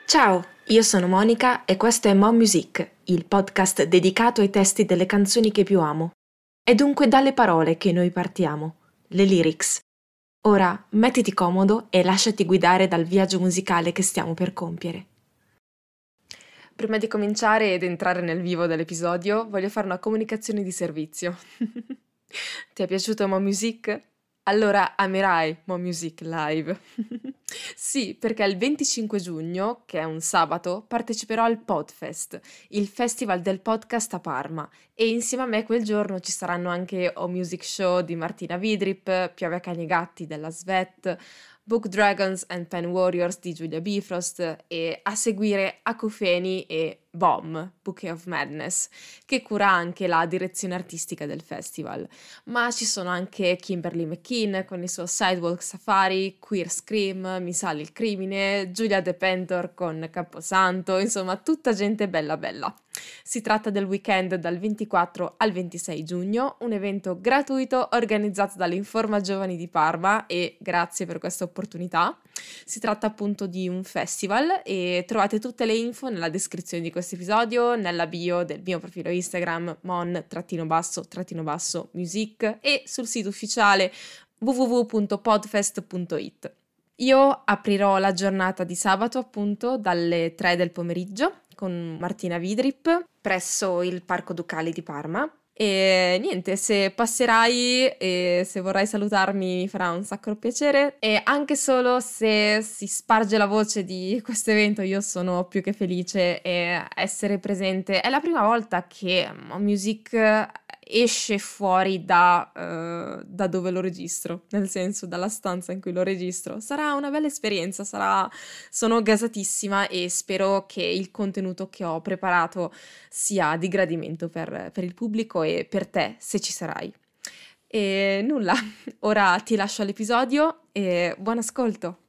Ciao, io sono Monica e questo è Mo Music, il podcast dedicato ai testi delle canzoni che più amo. È dunque dalle parole che noi partiamo, le lyrics. Ora mettiti comodo e lasciati guidare dal viaggio musicale che stiamo per compiere. Prima di cominciare ed entrare nel vivo dell'episodio, voglio fare una comunicazione di servizio. Ti è piaciuto Mo Music? Allora amerai Mo Music Live. Sì, perché il 25 giugno, che è un sabato, parteciperò al Podfest, il festival del podcast a Parma, e insieme a me quel giorno ci saranno anche O Music Show di Martina Vidrip, Piove a cani e gatti della Svet, Book Dragons and Pen Warriors di Giulia Bifrost e a seguire Acufeni e Bomb, Bouquet of Madness, che cura anche la direzione artistica del festival. Ma ci sono anche Kimberly McKean con il suo Sidewalk Safari, Queer Scream, Mi sale il crimine, Giulia De Pentor con Camposanto, insomma tutta gente bella bella. Si tratta del weekend dal 24 al 26 giugno, un evento gratuito organizzato dall'Informa Giovani di Parma e grazie per questa opportunità. Si tratta appunto di un festival e trovate tutte le info nella descrizione di questo episodio, nella bio del mio profilo Instagram mon-music e sul sito ufficiale www.podfest.it. Io aprirò la giornata di sabato appunto dalle 3 del pomeriggio con Martina Vidrip presso il Parco Ducali di Parma. E niente, se passerai e se vorrai salutarmi mi farà un sacco piacere e anche solo se si sparge la voce di questo evento io sono più che felice e essere presente. È la prima volta che Mo Music esce fuori da dove lo registro, nel senso dalla stanza in cui lo registro. Sarà una bella esperienza, sono gasatissima e spero che il contenuto che ho preparato sia di gradimento per il pubblico e per te, se ci sarai. E nulla, ora ti lascio all'episodio e buon ascolto!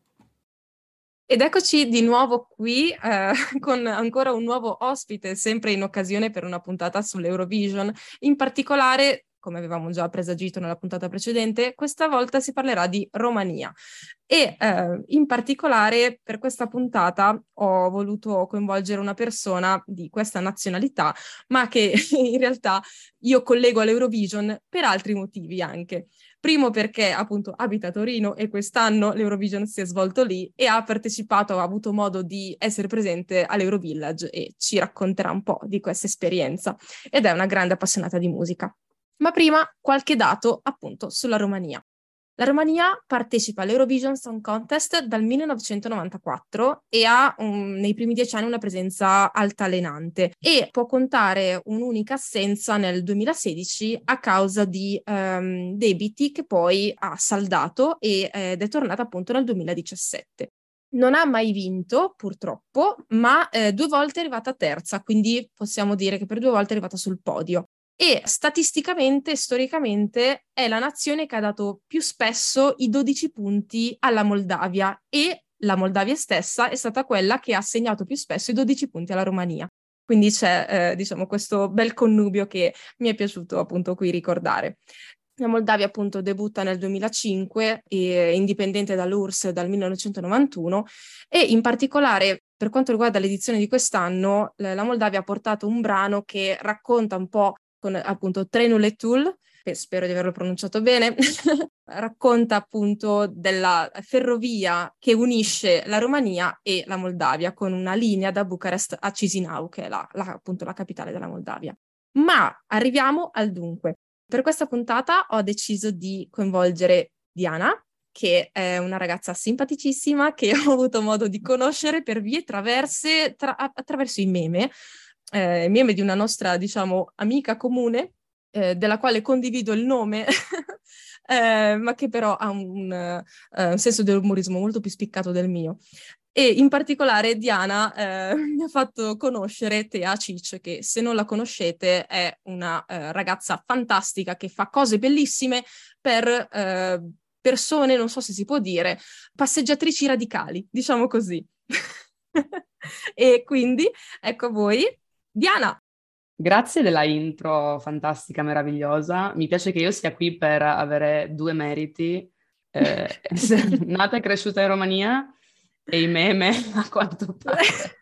Ed eccoci di nuovo qui con ancora un nuovo ospite, sempre in occasione per una puntata sull'Eurovision. In particolare, come avevamo già presagito nella puntata precedente, questa volta si parlerà di Romania. E in particolare per questa puntata ho voluto coinvolgere una persona di questa nazionalità, ma che in realtà io collego all'Eurovision per altri motivi anche. Primo perché appunto abita a Torino e quest'anno l'Eurovision si è svolto lì e ha partecipato, ha avuto modo di essere presente all'Eurovillage e ci racconterà un po' di questa esperienza ed è una grande appassionata di musica. Ma prima qualche dato appunto sulla Romania. La Romania partecipa all'Eurovision Song Contest dal 1994 e ha nei primi 10 anni una presenza altalenante e può contare un'unica assenza nel 2016 a causa di debiti che poi ha saldato ed è tornata appunto nel 2017. Non ha mai vinto, purtroppo, ma 2 volte è arrivata terza, quindi possiamo dire che per 2 volte è arrivata sul podio. E statisticamente, storicamente, è la nazione che ha dato più spesso i 12 punti alla Moldavia e la Moldavia stessa è stata quella che ha assegnato più spesso i 12 punti alla Romania. Quindi c'è, diciamo, questo bel connubio che mi è piaciuto appunto qui ricordare. La Moldavia appunto debutta nel 2005, indipendente dall'URSS dal 1991 e in particolare per quanto riguarda l'edizione di quest'anno la Moldavia ha portato un brano che racconta un po' con appunto Trenuletul, che spero di averlo pronunciato bene, racconta appunto della ferrovia che unisce la Romania e la Moldavia con una linea da Bucarest a Chisinau, che è appunto la capitale della Moldavia. Ma arriviamo al dunque. Per questa puntata ho deciso di coinvolgere Diana, che è una ragazza simpaticissima che ho avuto modo di conoscere per vie traverse attraverso i meme di una nostra, diciamo, amica comune, della quale condivido il nome, ma che però ha un senso dell'umorismo molto più spiccato del mio. E in particolare Diana mi ha fatto conoscere Tea Cic, che se non la conoscete è una ragazza fantastica che fa cose bellissime per persone, non so se si può dire, passeggiatrici radicali, diciamo così. E quindi ecco a voi, Diana. Grazie della intro fantastica, meravigliosa. Mi piace che io sia qui per avere due meriti, essere nata e cresciuta in Romania e i meme a quanto pare.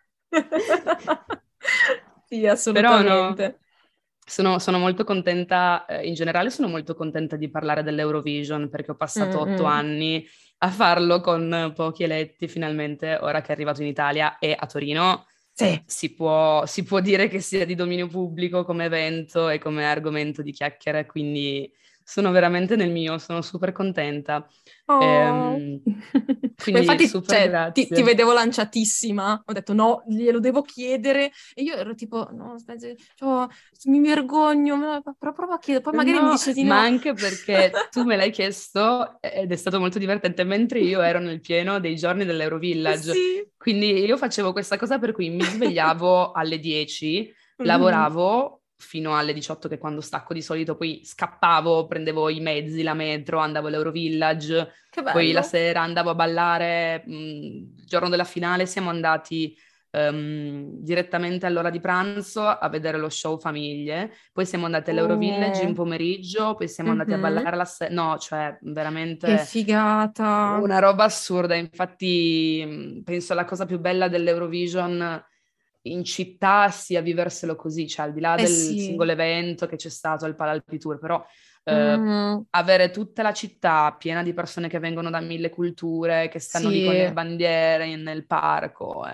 Sì, Però no, assolutamente. sono molto contenta, in generale sono molto contenta di parlare dell'Eurovision perché ho passato 8 anni a farlo con pochi eletti, finalmente ora che è arrivato in Italia e a Torino Sì. si può dire che sia di dominio pubblico come evento e come argomento di chiacchiere, quindi sono veramente nel mio, sono super contenta. Oh. Ehm, Ma quindi infatti, super cioè, ti grazie. vedevo lanciatissima, ho detto no, glielo devo chiedere, e io ero tipo, no, aspetta, cioè, mi vergogno, però provo a chiedere, poi magari mi No, dice di ma no. anche perché tu me l'hai chiesto ed è stato molto divertente mentre io ero nel pieno dei giorni dell'Eurovillage. Sì. Quindi io facevo questa cosa per cui mi svegliavo alle 10, Mhm. lavoravo fino alle 18 che è quando stacco di solito, poi scappavo, prendevo i mezzi, la metro, andavo all'Eurovillage, Che poi la bello. sera andavo a ballare. Il giorno della finale siamo andati direttamente all'ora di pranzo a vedere lo show famiglie, poi siamo andate all'Eurovillage in Oh. pomeriggio, poi siamo andati a Mhm. ballare la sera, no, cioè Che veramente figata. una roba assurda. Infatti penso la cosa più bella dell'Eurovision in città sia viverselo così, cioè al di là Eh del sì. singolo evento che c'è stato al Palalpi Tour, però Mhm. avere tutta la città piena di persone che vengono da mille culture, che stanno lì con le Sì. bandiere nel parco,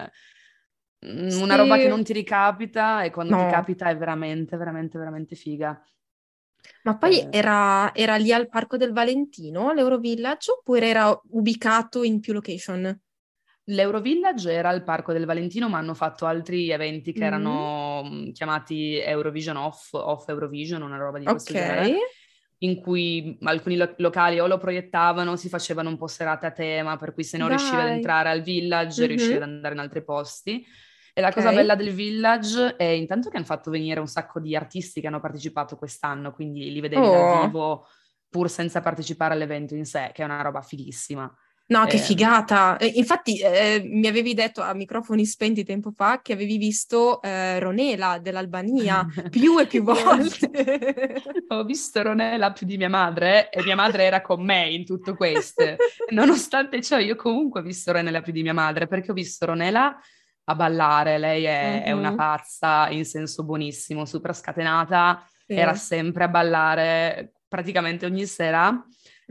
una roba che Sì. non ti ricapita e quando ti No. capita è veramente, veramente, veramente figa. Ma poi Eh, era lì al Parco del Valentino, l'Eurovillage, oppure era ubicato in più location? L'Eurovillage era al Parco del Valentino, ma hanno fatto altri eventi che Mm, erano chiamati Eurovision Off Eurovision, una roba di ok. questo genere, in cui alcuni locali o lo proiettavano, si facevano un po' serate a tema, per cui se non riuscivi ad Dai. entrare al Village, riuscivi ad Mhm, andare in altri posti. E la cosa ok. bella del Village è intanto che hanno fatto venire un sacco di artisti che hanno partecipato quest'anno, quindi li vedevi dal Oh, vivo pur senza partecipare all'evento in sé, che è una roba fighissima. no, che Ehm, figata. Infatti, mi avevi detto a microfoni spenti tempo fa che avevi visto Ronela dell'Albania più e più Io volte. ho visto Ronella più di mia madre e mia madre era con me in tutto questo. Nonostante ciò, io comunque ho visto Ronella più di mia madre perché ho visto Ronella a ballare. Lei è una Mhm, pazza in senso buonissimo, super scatenata, era sì. sempre a ballare praticamente ogni sera.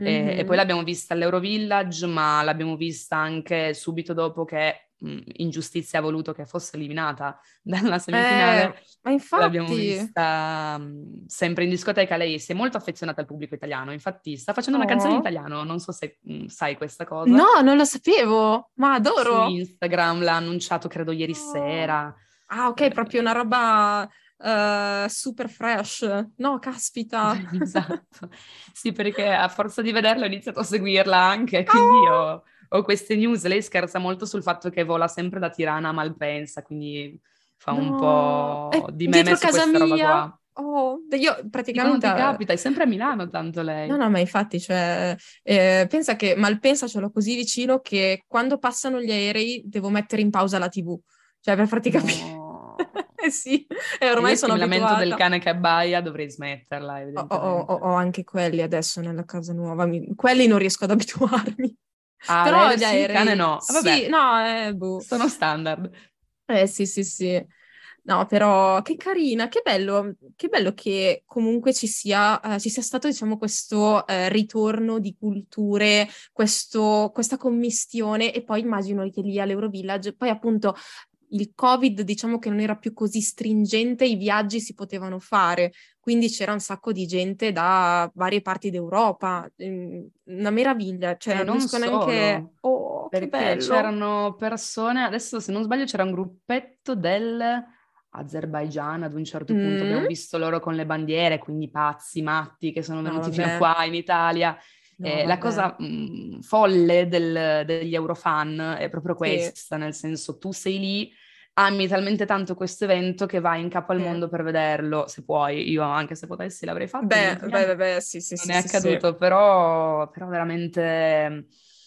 E poi Mhm. l'abbiamo vista all'Eurovillage, ma l'abbiamo vista anche subito dopo che Ingiustizia ha voluto che fosse eliminata dalla semifinale. Ma L'abbiamo infatti... vista sempre in discoteca. Lei si è molto affezionata al pubblico italiano, infatti sta facendo una canzone in Oh. italiano, non so se sai questa No, cosa. non lo sapevo, ma Su adoro. Instagram l'ha annunciato credo ieri Oh. sera. Ah, ok, proprio una roba super fresh. No, caspita. Esatto, sì, perché a forza di vederla ho iniziato a seguirla anche, quindi Oh, ho queste news. Lei scherza molto sul fatto che vola sempre da Tirana a Malpensa, quindi fa un no, po' è di meme dietro su casa questa roba mia. qua. Oh, io Dico, non praticamente... ti capita, è sempre a Milano tanto No, lei. no, ma infatti, cioè, pensa che Malpensa ce l'ho così vicino che quando passano gli aerei devo mettere in pausa la TV, cioè per farti capire. No. Eh sì, e E ormai io che sono mi lamento del abituata. cane che abbaia, dovrei smetterla, evidentemente. Ho anche quelli adesso nella casa nuova, quelli non riesco ad abituarmi. Ah, Però l'aereo gli sì, il cane aerei, no. Ah, sì, vabbè, no, boh. sono standard. Sì, sì, sì. No, però che carina, che bello che comunque ci sia stato, diciamo, questo ritorno di culture, questa commistione e poi immagino che lì all'Eurovillage, poi appunto il Covid, diciamo che non era più così stringente, i viaggi si potevano fare, quindi c'era un sacco di gente da varie parti d'Europa, una meraviglia, cioè E non non riesco neanche... solo, Oh, che perché bello! c'erano persone, adesso se non sbaglio c'era un gruppetto del Azerbaigian ad un certo punto, Mm? abbiamo visto loro con le bandiere, quindi pazzi, matti, che sono No, venuti fino vabbè, qua in Italia. no, La vabbè. cosa folle degli Eurofan è proprio Sì, questa, nel senso tu sei lì, ami talmente tanto questo evento che vai in capo al sì. mondo per vederlo, se puoi, io anche se potessi l'avrei fatto negli Beh, ultimi beh, anni, beh, beh, sì, sì, non sì, è sì, sì. accaduto, però veramente...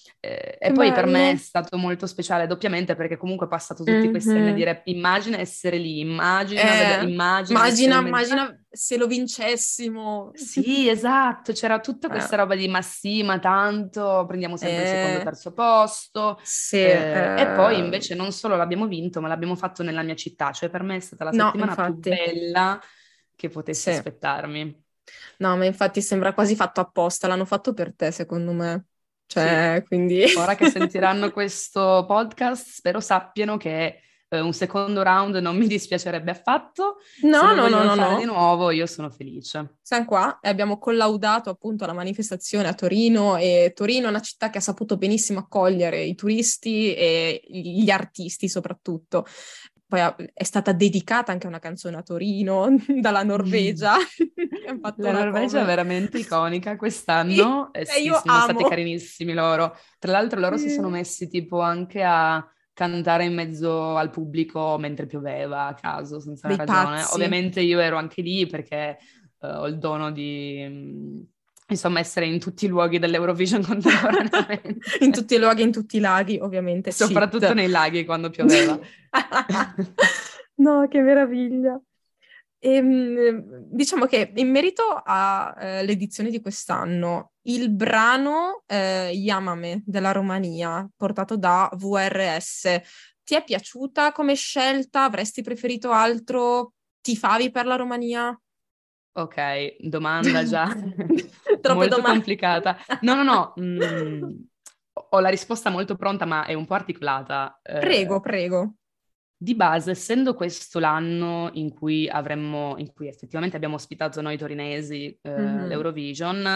e Che poi per me è bello. stato molto speciale doppiamente perché comunque ho passato tutti questi anni a Mhm. dire immagina essere lì, immagina, immagina essere Immagina, in mezz'ora. se lo vincessimo. Sì, esatto, c'era tutta questa roba di ma sì, ma tanto prendiamo sempre il secondo o terzo posto. Sì, E poi invece non solo l'abbiamo vinto, ma l'abbiamo fatto nella mia città, cioè per me è stata la no, settimana più infatti, bella che potessi sì. aspettarmi. No, ma infatti sembra quasi fatto apposta, l'hanno fatto per te, secondo me. Sì, Cioè, quindi... ora che sentiranno questo podcast, spero sappiano che un secondo round non mi dispiacerebbe affatto. Se No, lo no, no, vogliono no, fare di no. nuovo, io sono felice. Siamo qua e abbiamo collaudato appunto la manifestazione a Torino e Torino è una città che ha saputo benissimo accogliere i turisti e gli artisti soprattutto. Poi è stata dedicata anche una canzone a Torino dalla Mm. Norvegia, che hanno fatto La una Norvegia è cover. veramente iconica Sì, quest'anno, e sì, io sono stati amo. carinissimi loro. Tra l'altro loro si sono Sì. messi tipo anche a cantare in mezzo al pubblico mentre pioveva a caso, senza una Dei ragione. pazzi. Ovviamente io ero anche lì perché ho il dono di, insomma, essere in tutti i luoghi dell'Eurovision contemporaneamente. In tutti i luoghi, in tutti i laghi, E ovviamente, soprattutto cheat. nei laghi quando pioveva. No, che meraviglia. Diciamo che in merito all'edizione di quest'anno, il brano Yamame della Romania, portato da VRS, ti è piaciuta come scelta? Avresti preferito altro? Tifavi per la Romania? Ok, domanda già Troppe molto domande. complicata. No, no, no, ho la risposta molto pronta, ma è un po' articolata. Prego, prego. Di base, essendo questo l'anno in cui effettivamente abbiamo ospitato noi torinesi Mhm. l'Eurovision,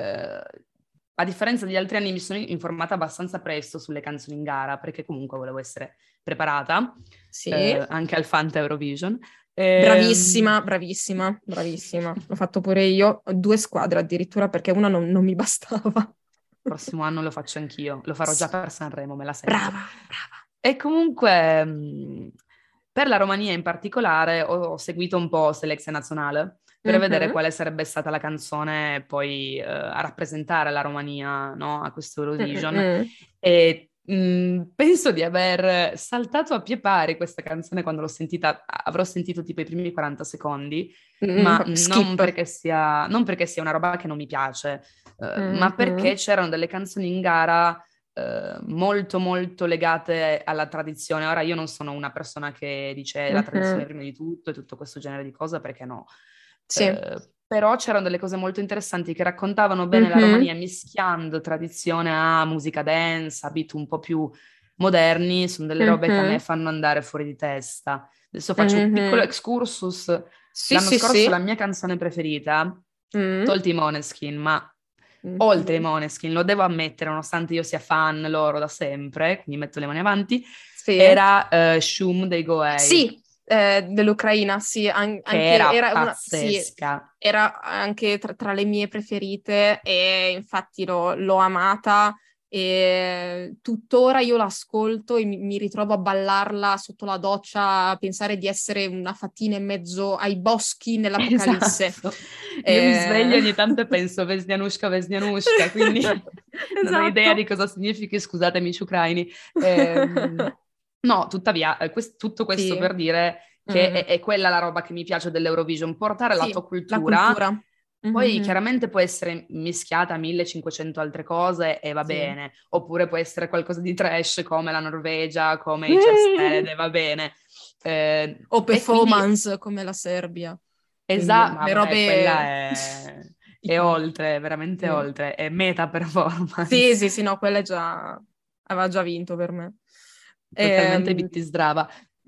a differenza degli altri anni mi sono informata abbastanza presto sulle canzoni in gara, perché comunque volevo essere preparata, Sì. anche al Fanta Eurovision. Bravissima, bravissima, bravissima. L'ho fatto pure io, 2 squadre addirittura perché una non mi bastava. Prossimo anno lo faccio anch'io, lo farò già Sì. per Sanremo, me la sento. Brava, brava. E comunque, per la Romania in particolare, ho seguito un po' Selezione Nazionale per vedere Mhm, quale sarebbe stata la canzone poi a rappresentare la Romania, no? A questo Eurovision. mm. E penso di aver saltato a pie pari questa canzone quando l'ho sentita, avrò sentito tipo i primi 40 secondi, ma Skip. non perché sia una roba che non mi piace, ma perché Mhm, c'erano delle canzoni in gara molto molto legate alla tradizione. Ora io non sono una persona che dice la tradizione mhm. prima di tutto e tutto questo genere di cose, perché no. Sì. Però c'erano delle cose molto interessanti che raccontavano bene la Mhm, Romania mischiando tradizione a musica dance, a beat un po' più moderni, sono delle robe che a me mhm, fanno andare fuori di testa. Adesso faccio un piccolo mhm. excursus. Sì, L'anno sì, scorso sì. la mia canzone preferita, Mm, tolti i Måneskin, ma oltre i mhm. Måneskin, lo devo ammettere, nonostante io sia fan loro da sempre, quindi metto le mani avanti, Sì. era Shum dei Goei, Sì, dell'Ucraina, sì, che anche era era una, sì, pazzesca. era anche tra le mie preferite e infatti l'ho amata e tuttora io l'ascolto e mi ritrovo a ballarla sotto la doccia, a pensare di essere una fatina in mezzo ai boschi nell'Apocalisse. Esatto. Io mi Eh, sveglio ogni tanto e penso Vesnianushka, quindi non ho idea di Esatto. cosa significhi, scusatemi, amici ucraini. No, tuttavia, tutto questo Sì. per dire che Mm. è quella la roba che mi piace dell'Eurovision, portare la tua Sì, la cultura, cultura. poi Mhm. chiaramente può essere mischiata a 1500 altre cose e va Sì. bene, oppure può essere qualcosa di trash come la Norvegia, come i Cerstede, e va bene. O E quindi, performance come la Serbia. Quindi esatto, ma le vabbè, quella robe... è oltre, veramente Sì. oltre, è meta Sì, performance. sì, sì, no, quella già aveva già vinto per me. Totalmente Ehm, bitti sdrava.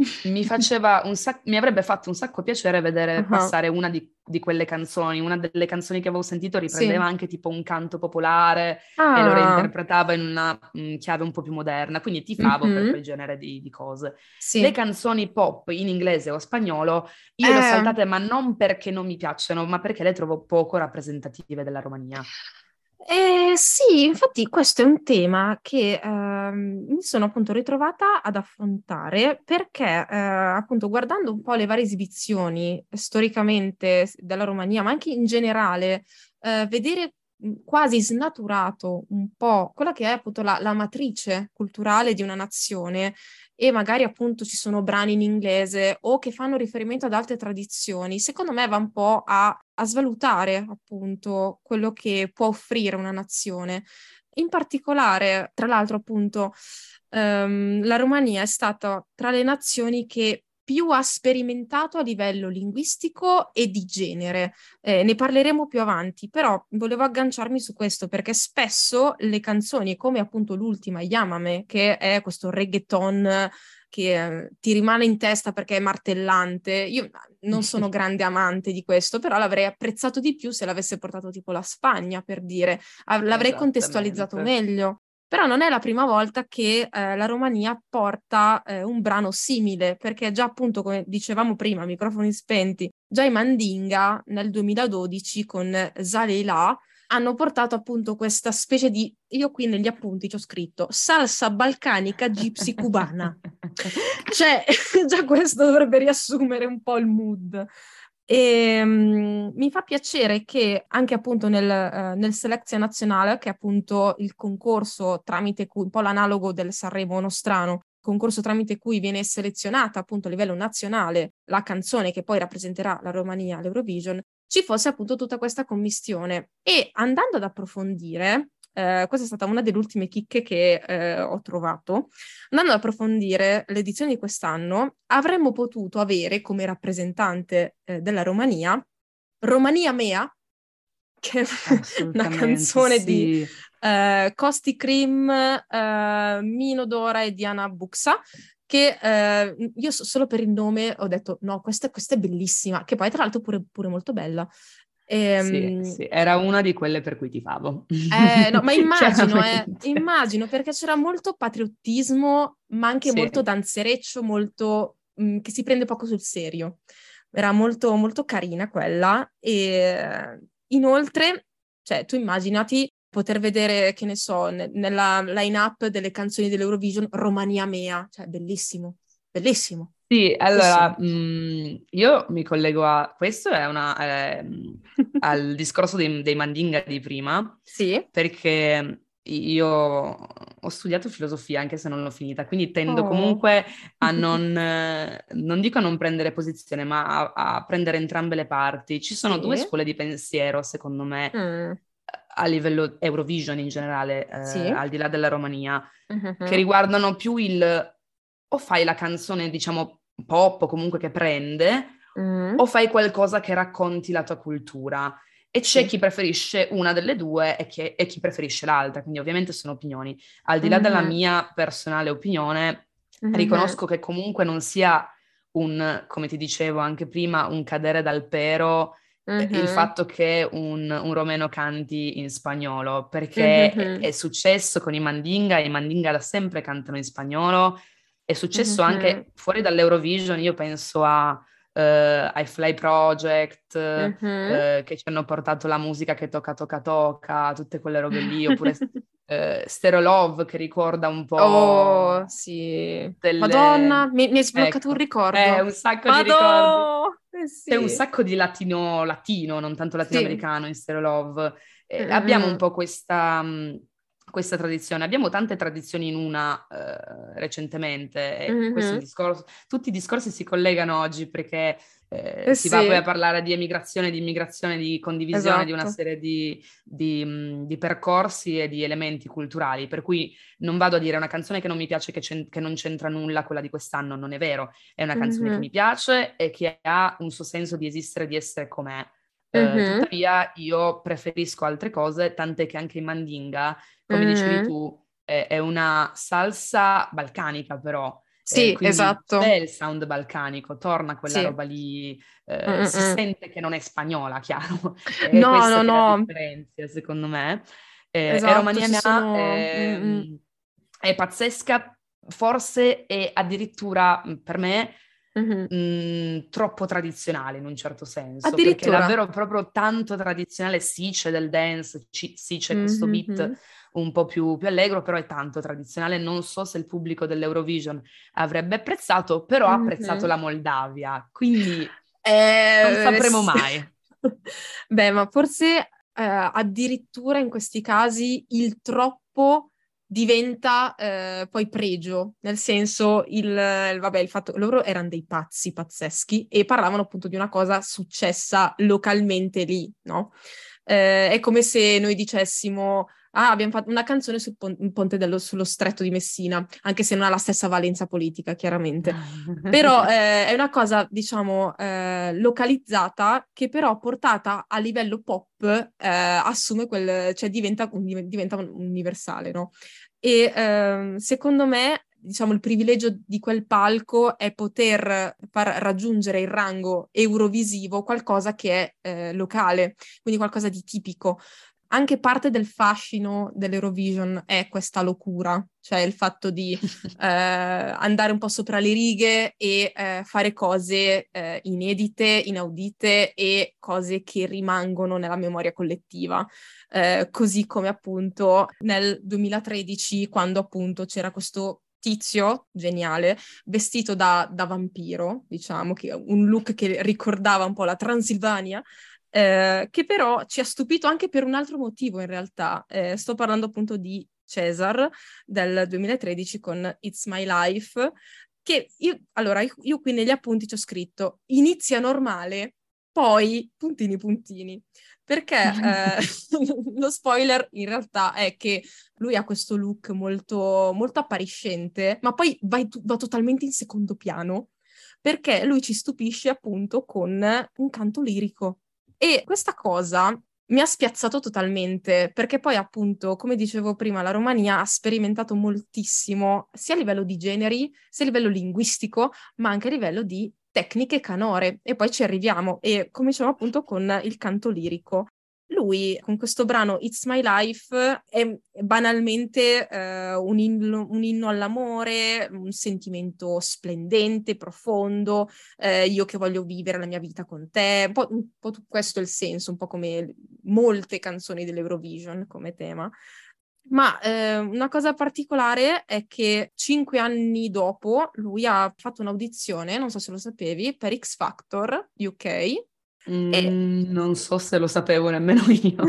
Mi avrebbe fatto un sacco piacere vedere ah, passare una di quelle canzoni. Una delle canzoni che avevo sentito riprendeva sì. anche tipo un canto popolare e lo Ah, reinterpretava in una chiave un po' più moderna, quindi tifavo per mhm, quel genere di cose. Le sì. canzoni pop in inglese o spagnolo io le ho saltate, ma non perché non mi piacciono, ma perché le trovo poco rappresentative della Romania. Sì, infatti questo è un tema che mi sono appunto ritrovata ad affrontare perché appunto guardando un po' le varie esibizioni storicamente della Romania, ma anche in generale, vedere quasi snaturato un po' quella che è appunto la matrice culturale di una nazione, e magari appunto ci sono brani in inglese o che fanno riferimento ad altre tradizioni, secondo me va un po' a svalutare appunto quello che può offrire una nazione. In particolare, tra l'altro, appunto, la Romania è stata tra le nazioni che più ha sperimentato a livello linguistico e di genere. Ne parleremo più avanti, però volevo agganciarmi su questo perché spesso le canzoni, come appunto l'ultima, Yamame, che è questo reggaeton che ti rimane in testa perché è martellante. Io non sono grande amante di questo, però l'avrei apprezzato di più se l'avesse portato tipo la Spagna, per dire. L'avrei contestualizzato Esattamente. meglio. Però non è la prima volta che la Romania porta un brano simile, perché già appunto, come dicevamo prima, microfoni spenti, già i Mandinga nel 2012 con Zalila hanno portato appunto questa specie di, io qui negli appunti ci ho scritto, salsa balcanica gypsy cubana. Cioè, già questo dovrebbe riassumere un po' il mood. E mi fa piacere che anche appunto nel Selezione Nazionale, che è appunto il concorso tramite cui, un po' l'analogo del Sanremo nostrano, concorso tramite cui viene selezionata appunto a livello nazionale la canzone che poi rappresenterà la Romania all'Eurovision, ci fosse appunto tutta questa commistione. E andando ad approfondire, questa è stata una delle ultime chicche che ho trovato, andando ad approfondire l'edizione di quest'anno, avremmo potuto avere come rappresentante della Romania, Romania Mea, che è una Assolutamente, canzone di sì. Costi Cream, Mino Dora e Diana Buxa, che io solo per il nome ho detto no, questa è bellissima, che poi tra l'altro pure molto bella. Sì, Ehm, sì, era una di quelle per cui tifavo. no, ma Chiaramente. immagino perché c'era molto patriottismo, ma anche molto Sì. danzereccio, molto che si prende poco sul serio. Era molto, molto carina quella. E inoltre, cioè, tu immaginati poter vedere, che ne so, nella line-up delle canzoni dell'Eurovision, Romania Mea, cioè, bellissimo, bellissimo, Sì, allora, bellissimo. io mi collego a questo, al discorso dei Mandinga di prima, Sì? perché io ho studiato filosofia, anche se non l'ho finita, quindi tendo Oh. comunque a non dico a non prendere posizione, ma a prendere entrambe le parti. Ci sono due Sì? scuole di pensiero, secondo me, Mm, a livello Eurovision in generale, sì? al di là della Romania, che Mhm. riguardano più o fai la canzone, diciamo, pop o comunque che prende, Mm, o fai qualcosa che racconti la tua cultura. E c'è sì. chi preferisce una delle due e chi preferisce l'altra, quindi ovviamente sono opinioni. Al di là della Mhm, mia personale opinione, mhm, riconosco che comunque non sia come ti dicevo anche prima, un cadere dal pero il mhm, fatto che un romeno canti in spagnolo, perché è mhm, successo con i Mandinga da sempre cantano in spagnolo, è successo mhm, anche fuori dall'Eurovision, io penso ai Fly Project, mhm. che ci hanno portato la musica che tocca tocca tocca, tutte quelle robe lì, oppure Stereo Love che ricorda un Oh, po' sì. Madonna, delle... mi hai sbloccato un Ecco, ricordo. un sacco di ricordi. Madò! C'è un Sì. sacco di latino, non tanto Sì. latinoamericano in Stereo Love. Abbiamo un Mm, po' questa tradizione. Abbiamo tante tradizioni in una recentemente mm, e questo è il mhm. discorso. Tutti i discorsi si collegano oggi perché si va poi a Sì, parlare di emigrazione, di immigrazione, di condivisione di una esatto. serie di percorsi e di elementi culturali. Per cui non vado a dire una canzone che non mi piace, che non c'entra nulla quella di quest'anno, non è vero. È una canzone che Mhm, mi piace e che ha un suo senso di esistere, di essere com'è. mhm, Tuttavia io preferisco altre cose, tant'è che anche in Mandinga, come dicevi mhm. tu, è una salsa balcanica però, Sì, quindi c'è esatto. il sound balcanico, torna quella Sì. roba lì, Mm, mm, si mm. sente che non è spagnola, chiaro, è No, questo no, che la no. differenzia secondo me. E Esatto, Romania ci Mia sono... è pazzesca, forse è addirittura per me Mhm. troppo tradizionale in un certo senso, perché è Addirittura. davvero proprio tanto tradizionale, sì c'è del dance, sì c'è questo beat Mhm. un po' più allegro, però è tanto tradizionale. Non so se il pubblico dell'Eurovision avrebbe apprezzato, però ha apprezzato Mhm. la Moldavia, quindi non Eh, sapremo s- mai. Beh, ma forse addirittura in questi casi il troppo diventa poi pregio, nel senso vabbè, il fatto loro erano dei pazzi pazzeschi e parlavano appunto di una cosa successa localmente lì, no? È come se noi dicessimo abbiamo fatto una canzone sul ponte sullo stretto di Messina, anche se non ha la stessa valenza politica, chiaramente. Però è una cosa, diciamo, localizzata che però portata a livello pop assume cioè diventa universale, no? E secondo me, diciamo, il privilegio di quel palco è poter far raggiungere il rango eurovisivo qualcosa che è locale, quindi qualcosa di tipico. Anche parte del fascino dell'Eurovision è questa locura, cioè il fatto di andare un po' sopra le righe e fare cose inedite, inaudite e cose che rimangono nella memoria collettiva. Così come appunto nel 2013, quando appunto c'era questo tizio geniale vestito da vampiro, diciamo, che un look che ricordava un po' la Transilvania, che però ci ha stupito anche per un altro motivo in realtà. Sto parlando appunto di Cesar del 2013 con It's My Life, che io qui negli appunti ci ho scritto inizia normale, poi puntini puntini, perché lo spoiler in realtà è che lui ha questo look molto, molto appariscente, ma poi va totalmente in secondo piano, perché lui ci stupisce appunto con un canto lirico. E questa cosa mi ha spiazzato totalmente, perché poi appunto, come dicevo prima, la Romania ha sperimentato moltissimo, sia a livello di generi, sia a livello linguistico, ma anche a livello di tecniche canore. E poi ci arriviamo. E cominciamo appunto con il canto lirico. Lui, con questo brano It's My Life, è banalmente un inno all'amore, un sentimento splendente, profondo, io che voglio vivere la mia vita con te, un po' questo è il senso, un po' come molte canzoni dell'Eurovision come tema. Ma una cosa particolare è che 5 anni dopo lui ha fatto un'audizione, non so se lo sapevi, per X Factor UK e Non so se lo sapevo nemmeno io.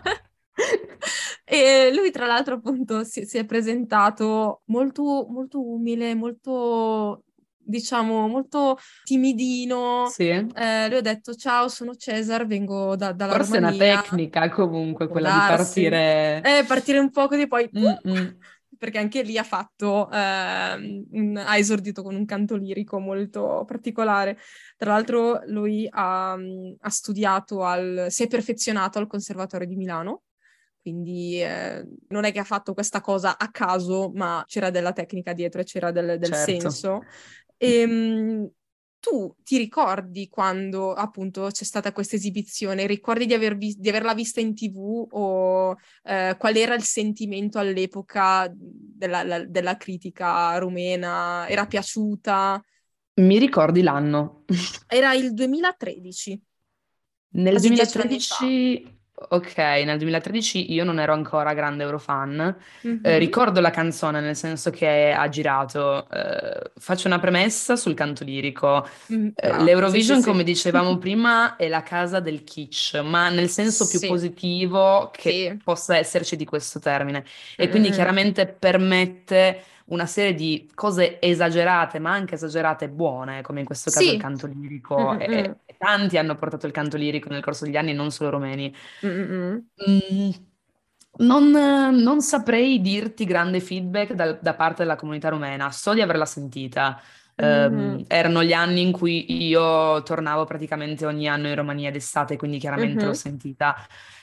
E lui, tra l'altro, appunto, si è presentato molto, molto umile, molto, diciamo, molto timidino. Sì. Lui ha detto: Ciao, sono Cesar, vengo dalla Forse è una Romania. tecnica comunque Può quella di darsi. partire. Partire un po' così, poi Mm-mm. perché anche lì ha fatto, ha esordito con un canto lirico molto particolare. Tra l'altro, lui ha studiato si è perfezionato al Conservatorio di Milano. Quindi non è che ha fatto questa cosa a caso, ma c'era della tecnica dietro e c'era del Certo. senso. E, tu ti ricordi quando appunto c'è stata questa esibizione? Ricordi di averla vista in TV o qual era il sentimento all'epoca della critica rumena? Era piaciuta? Mi ricordi l'anno? Era il 2013, Nel quasi 10 anni fa. 2013, ok, nel 2013 io non ero ancora grande Eurofan. Mhm, Ricordo la canzone nel senso che ha girato. Faccio una premessa sul canto lirico. brava, sì, sì, L'Eurovision, sì. come dicevamo prima, è la casa del kitsch, ma nel senso più Sì, positivo che sì. possa esserci di questo termine. Mm, E quindi mm, chiaramente permette una serie di cose esagerate, ma anche esagerate buone, come in questo caso il Sì. canto Mm, lirico, mm, e tanti hanno portato il canto lirico nel corso degli anni, non solo romeni. mm, mm, mm, Mm, non saprei dirti grande feedback da parte della comunità rumena, so di averla sentita. mm, mm, Erano gli anni in cui io tornavo praticamente ogni anno in Romania d'estate, quindi mm, chiaramente l'ho mm. sentita.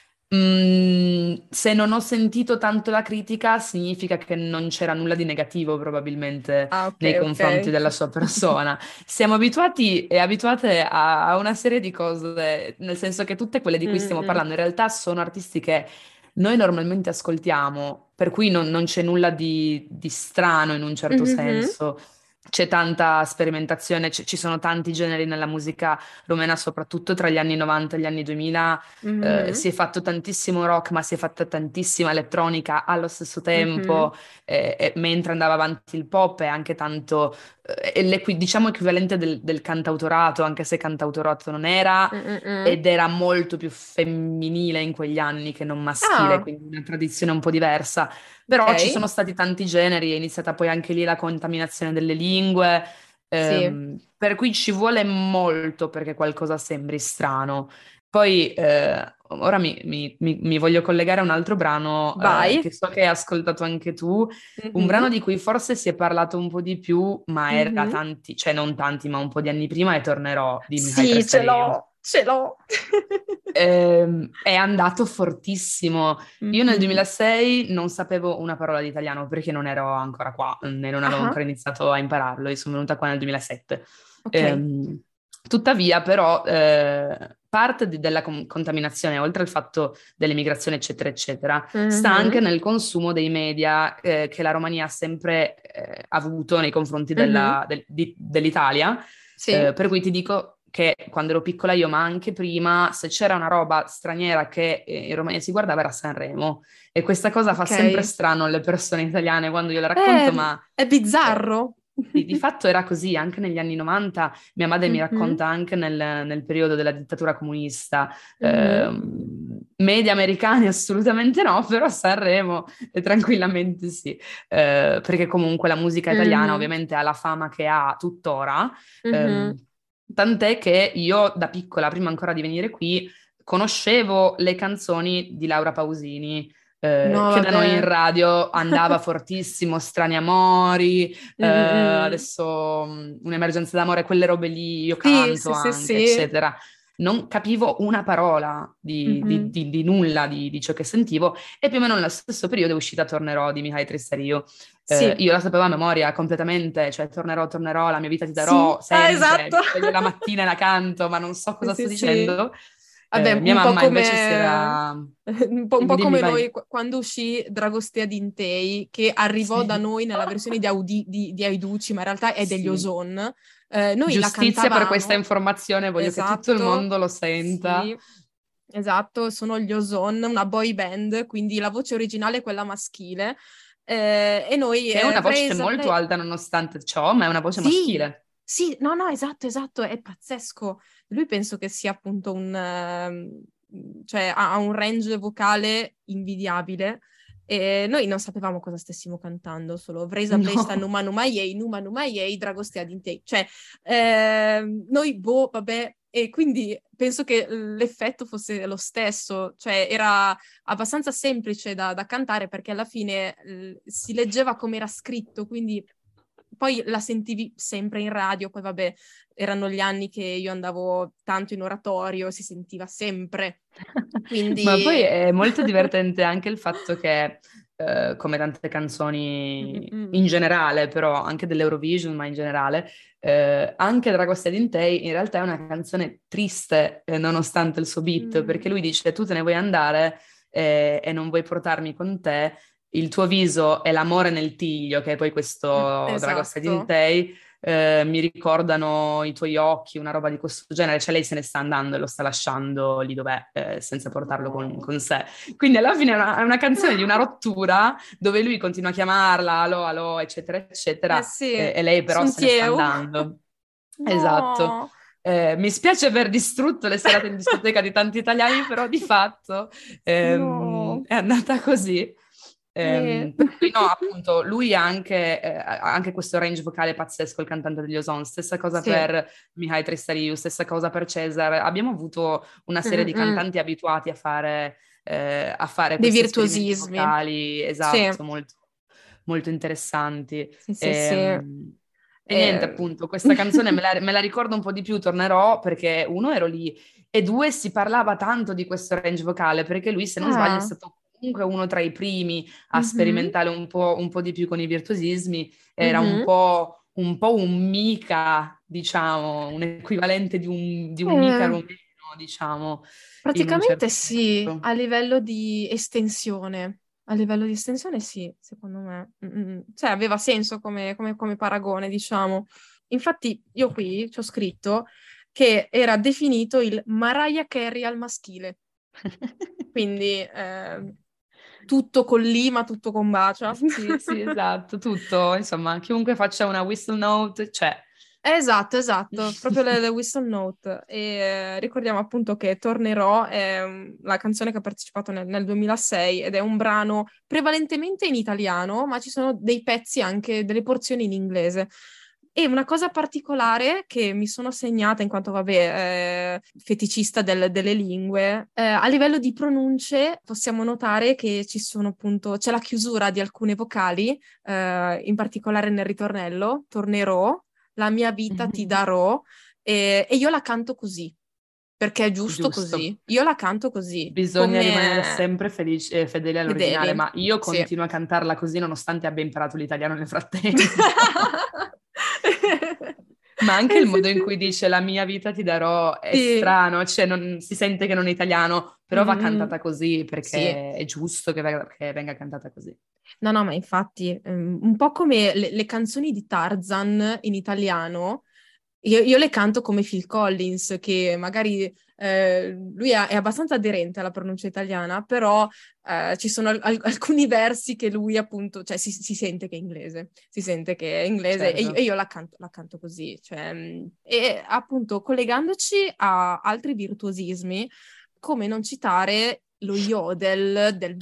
Se non ho sentito tanto la critica, significa che non c'era nulla di negativo probabilmente Ah, ok, nei confronti ok. della sua persona. Siamo abituati e abituate a una serie di cose, nel senso che tutte quelle di Mm, cui stiamo mm, parlando in realtà sono artisti che noi normalmente ascoltiamo, per cui non c'è nulla di strano in un certo mm, mhm, senso. C'è tanta sperimentazione, ci sono tanti generi nella musica rumena, soprattutto tra gli anni 90 e gli anni 2000. mhm, Si è fatto tantissimo rock, ma si è fatta tantissima elettronica allo stesso mhm, tempo, e mentre andava avanti il pop e anche tanto diciamo equivalente del cantautorato, anche se cantautorato non era, Mm-mm-mm. ed era molto più femminile in quegli anni che non maschile, Ah, quindi una tradizione un po' diversa. ok. Però ci sono stati tanti generi, è iniziata poi anche lì la contaminazione delle lingue, Sì, per cui ci vuole molto perché qualcosa sembri strano. Poi ora mi voglio collegare a un altro brano vai. che so che hai ascoltato anche tu, un Mhm, brano di cui forse si è parlato un po' di più, ma era mhm. tanti, cioè non tanti, ma un po' di anni prima, e Tornerò di Mihai Sì, ce Tristariu. l'ho, ce l'ho. È andato fortissimo. Io nel Mhm. 2006 non sapevo una parola di italiano perché non ero ancora qua, né non avevo Ah, ancora iniziato a impararlo. Io sono venuta qua nel 2007. ok. Ehm, Tuttavia, però, parte della contaminazione, oltre al fatto dell'emigrazione, eccetera, eccetera, sta anche Mhm, nel consumo dei media che la Romania ha sempre avuto nei confronti mhm. dell'Italia. Sì, Per cui ti dico che quando ero piccola io, ma anche prima, se c'era una roba straniera che in Romania si guardava era Sanremo. E questa cosa fa sempre ok. strano alle persone italiane quando io la racconto, ma È eh, bizzarro. sì, di fatto era così, anche negli anni 90, mia madre mi Mhm, racconta anche nel periodo della dittatura comunista. mhm, Media americani assolutamente no, però Sanremo tranquillamente sì. Perché comunque la musica italiana mhm, ovviamente ha la fama che ha tuttora, mhm. ehm, tant'è che io da piccola, prima ancora di venire qui, conoscevo le canzoni di Laura Pausini, No, che da noi in vabbè. radio andava fortissimo, Strani Amori, Mm-mm. adesso Un'emergenza d'amore, quelle robe lì io Sì, canto sì, sì, anche, sì. eccetera. Non capivo una parola Mhm. di nulla di ciò che sentivo, e più o meno nello stesso periodo è uscita Tornerò di Mihai Tristariu. Sì, Io la sapevo a memoria completamente, cioè tornerò, la mia vita ti darò sì. Ah, sempre, esatto. mi sveglio la mattina e la canto, ma non so Sì, cosa sì, sto sì. dicendo. Vabbè, Mia un po' mamma invece si come era... un Dimmi, po' dimmi, come vai. noi quando uscì Dragostea Dintei, che arrivò da Sì, noi nella versione di Aiducci, ma in realtà è degli sì. Ozon. Noi la Giustizia per questa cantavamo, informazione, voglio che tutto il esatto, mondo lo senta. sì, esatto, sono gli Ozon, una boy band, quindi la voce originale è quella maschile. E noi, Che è una voce Raise a molto Play... alta nonostante ciò, ma è una voce Sì, maschile. sì, no, no, esatto, esatto, è pazzesco. Lui penso che sia appunto cioè ha un range vocale invidiabile e noi non sapevamo cosa stessimo cantando, solo Vresa Blesta No. Numa Numa Yei, Dragostea Dintei. Cioè, noi, boh, vabbè, e quindi penso che l'effetto fosse lo stesso, cioè era abbastanza semplice da cantare perché alla fine si leggeva come era scritto, quindi poi la sentivi sempre in radio, poi vabbè, erano gli anni che io andavo tanto in oratorio, si sentiva sempre. Ma poi Quindi... è molto divertente anche il fatto che, come tante Mm, mm, canzoni mm. in generale, però anche dell'Eurovision, ma in generale, anche Dragostea Dintei in realtà è una canzone triste, nonostante il suo beat, perché Mm. lui dice: tu te ne vuoi andare e non vuoi portarmi con te. Il tuo viso è l'amore nel tiglio, che è poi questo Dragostea Esatto. Dintei, mi ricordano i tuoi occhi, una roba di questo genere, cioè lei se ne sta andando e lo sta lasciando lì dov'è, senza portarlo No. con sé. Quindi alla fine è una canzone di una rottura dove lui continua a chiamarla, allo, allo, eccetera, Eh eccetera, sì, e lei però se ne sta Suntieu. andando. Esatto. No. Mi spiace aver distrutto le serate in discoteca di tanti italiani, però di fatto No. è andata così. Eh. Per cui no, appunto, lui ha anche questo range vocale pazzesco, il cantante degli Ozon. Stessa cosa Sì. per Mihai Tristariu, stessa cosa per Cesar. Abbiamo avuto una Mm, serie mm, di mm. cantanti abituati a fare Dei questi esperimenti virtuosismi. vocali, Sì, esatto, molto, molto interessanti. sì, sì, sì. E niente, appunto, questa canzone me la ricordo un po' di più, tornerò, perché uno ero lì e due si parlava tanto di questo range vocale, perché lui, se non sbaglio, è Ah. stato comunque uno tra i primi a Mhm, sperimentare un po' di più con i virtuosismi, era mhm. un po' un mica, diciamo, un equivalente di un mica Eh, romeno, diciamo, in un praticamente certo sì, senso. a livello di estensione. A livello di estensione sì, secondo me. Cioè aveva senso come paragone, diciamo. Infatti io qui ci ho scritto che era definito il Mariah Carey al maschile. Quindi tutto con Lima, tutto con Bacia. Sì, sì, esatto, tutto, insomma, chiunque faccia una whistle note, c'è. Esatto, proprio le Whistle Note. E ricordiamo appunto che Tornerò è la canzone che ha partecipato nel 2006 ed è un brano prevalentemente in italiano, ma ci sono dei pezzi anche, delle porzioni in inglese. E una cosa particolare che mi sono segnata, in quanto, vabbè, feticista delle lingue, a livello di pronunce possiamo notare che ci sono appunto, c'è la chiusura di alcune vocali, in particolare nel ritornello, tornerò, la mia vita ti darò, e io la canto così, perché è giusto Giusto. così. Io la canto così, Bisogna rimanere come sempre fedeli all'originale, fedeli. ma io Sì. continuo a cantarla così nonostante abbia imparato l'italiano nel frattempo. Ma anche il modo in Sì, cui dice la mia vita ti darò è sì. strano, cioè si sente che non è italiano, però va Mm, cantata così sì. perché è giusto che venga cantata così. No, no, ma infatti, un po' come le canzoni di Tarzan in italiano, io le canto come Phil Collins, che magari lui è abbastanza aderente alla pronuncia italiana, però ci sono alcuni versi che lui appunto, cioè si sente che è inglese, si sente che è inglese e Certo. io la canto così. Cioè, e appunto collegandoci a altri virtuosismi, come non citare lo yodel del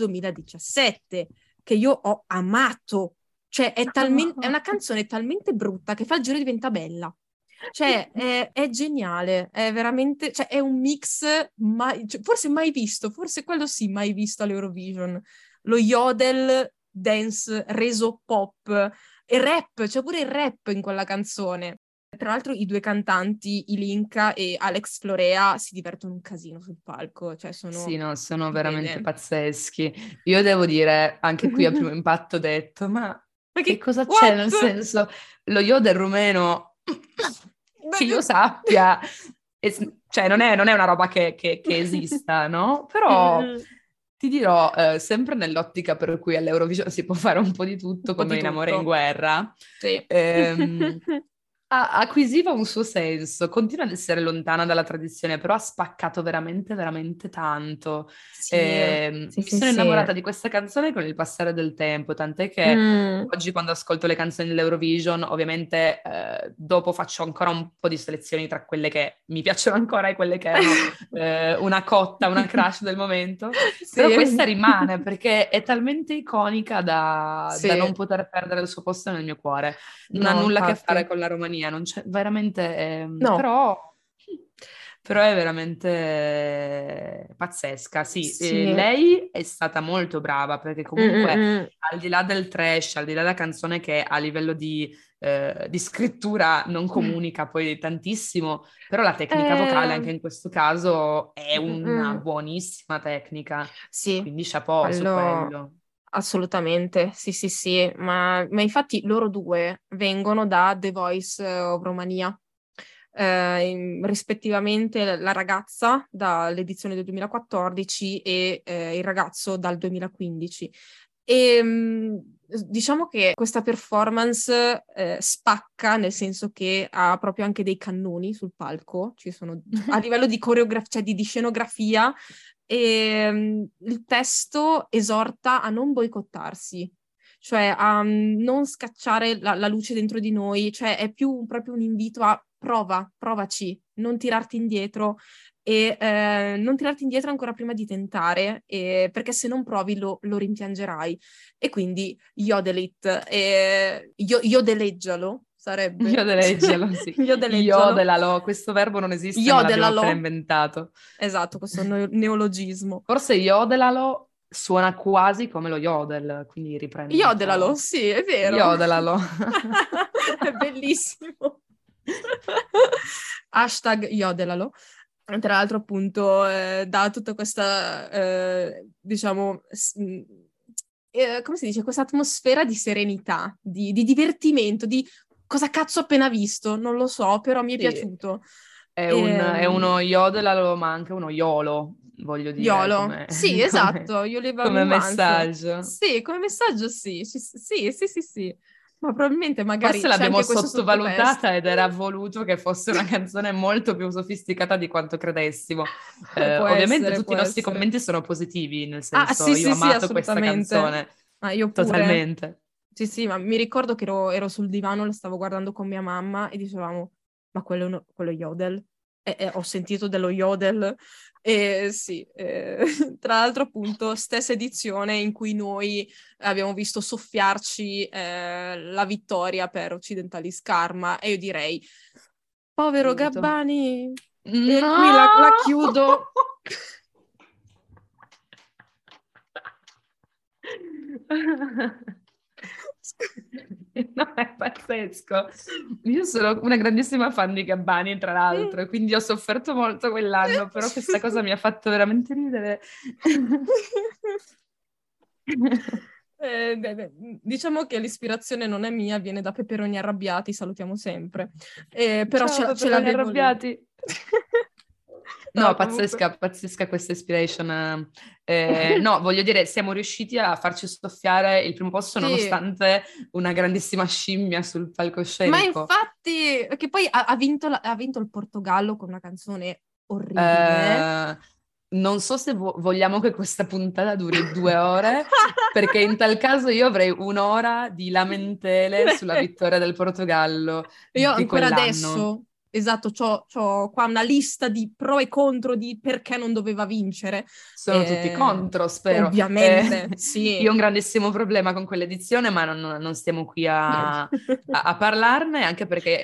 2017 che io ho amato. Cioè, è una canzone talmente brutta che fa il giro e diventa bella. Cioè, è geniale, è veramente, cioè, è un mix cioè, forse mai visto, forse quello sì, mai visto all'Eurovision. Lo yodel dance reso pop e rap, c'è pure il rap in quella canzone. Tra l'altro i due cantanti, Ilinka e Alex Florea, si divertono un casino sul palco, cioè Sì, sono... no, sono si veramente vede. pazzeschi. Io devo dire, anche qui a primo impatto ho detto, ma Ma che che... cosa c'è? Nel What? senso, lo io del rumeno, che io sappia, cioè non è una roba che esista, no? Però ti dirò, sempre nell'ottica per cui all'Eurovision si può fare un po' di Un tutto, po' come di in Amore e in tutto, Guerra, sì. ehm, acquisiva un suo senso, continua ad essere lontana dalla tradizione, però ha spaccato veramente, veramente tanto. Sì, sì, Mi sì, sono sì. innamorata di questa canzone con il passare del tempo, tant'è che Mm. oggi quando ascolto le canzoni dell'Eurovision, ovviamente dopo faccio ancora un po' di selezioni tra quelle che mi piacciono ancora e quelle che erano una cotta, una crush del momento, però Sì, questa rimane perché è talmente iconica da non sì, poter perdere il suo posto nel mio cuore. Non ha no, nulla a che fare infatti. con la Romania, non c'è veramente, No, però è veramente pazzesca. Sì, sì. lei è stata molto brava perché Mm, mm, comunque mm. al di là del trash, al di là della canzone che a livello di scrittura non comunica poi tantissimo, però la tecnica vocale Eh, anche in questo caso è mm, mm, una mm. buonissima tecnica, Sì, quindi chapeau su quello quello. assolutamente, sì, sì, sì, ma infatti loro due vengono da The Voice of Romania, rispettivamente la ragazza dall'edizione del 2014 e il ragazzo dal 2015. E diciamo che questa performance spacca, nel senso che ha proprio anche dei cannoni sul palco, ci sono a livello di coreografia, cioè di scenografia, e il testo esorta a non boicottarsi, cioè a non scacciare la luce dentro di noi, cioè è più proprio un invito a prova, provaci, non tirarti indietro e non tirarti indietro ancora prima di tentare, perché se non provi lo rimpiangerai. E quindi yodelit, yodeleggialo sarebbe. Io deleggialo, sì. Io Yodeleggialo, delalo, questo verbo non esiste, ma l'abbiamo yodelalo, appena inventato. esatto, questo neologismo. Forse yodelalo suona quasi come lo yodel, quindi riprende un Yodelalo, po'. sì, è vero. Yodelalo. È bellissimo. Hashtag yodelalo. Tra l'altro, appunto, dà tutta questa, diciamo, come si dice, questa atmosfera di serenità, di divertimento, di cosa cazzo ho appena visto, non lo so, però mi è Sì, piaciuto. è uno yodelalo, ma anche uno yolo, voglio dire, Iolo, come, sì, come, esatto, io levo come nuance. messaggio. Sì, come messaggio sì, sì, sì, sì, sì, sì. Ma probabilmente magari Forse c'è l'abbiamo anche questo sottovalutata sottotesto. ed era voluto che fosse una canzone molto più sofisticata di quanto credessimo. Può Ovviamente essere, tutti i può nostri essere. commenti sono positivi, nel Ah, senso sì, io ho sì, sì, amato questa assolutamente. canzone Ma io pure. totalmente. Sì, sì, ma mi ricordo che ero sul divano, la stavo guardando con mia mamma e dicevamo, ma quello Yodel? E ho sentito dello Yodel. E sì, tra l'altro appunto stessa edizione in cui noi abbiamo visto soffiarci la vittoria per Occidentalis Karma e io direi, povero Aiuto. Gabbani, e qui No! la chiudo. No, è pazzesco. Io sono una grandissima fan di Gabbani, tra l'altro, e quindi ho sofferto molto quell'anno, però questa cosa mi ha fatto veramente ridere. Diciamo che l'ispirazione non è mia, viene da Peperoni Arrabbiati, salutiamo sempre. Però Ciao, ce peperoni l'avevo lì. arrabbiati. No, No, comunque. pazzesca, pazzesca questa inspiration. No, voglio dire, siamo riusciti a farci soffiare il primo posto Sì, nonostante una grandissima scimmia sul ma palcoscenico. infatti, che poi ha vinto il Portogallo con una canzone orribile. Eh, non so se vogliamo che questa puntata duri 2 ore, perché in tal caso io avrei 1 ora di lamentele sulla vittoria del Portogallo Io di ancora quell'anno. adesso, esatto, c'ho qua una lista di pro e contro di perché non doveva vincere. Sono tutti contro, spero. Ovviamente, sì. Io ho un grandissimo problema con quell'edizione, ma non stiamo qui a parlarne, anche perché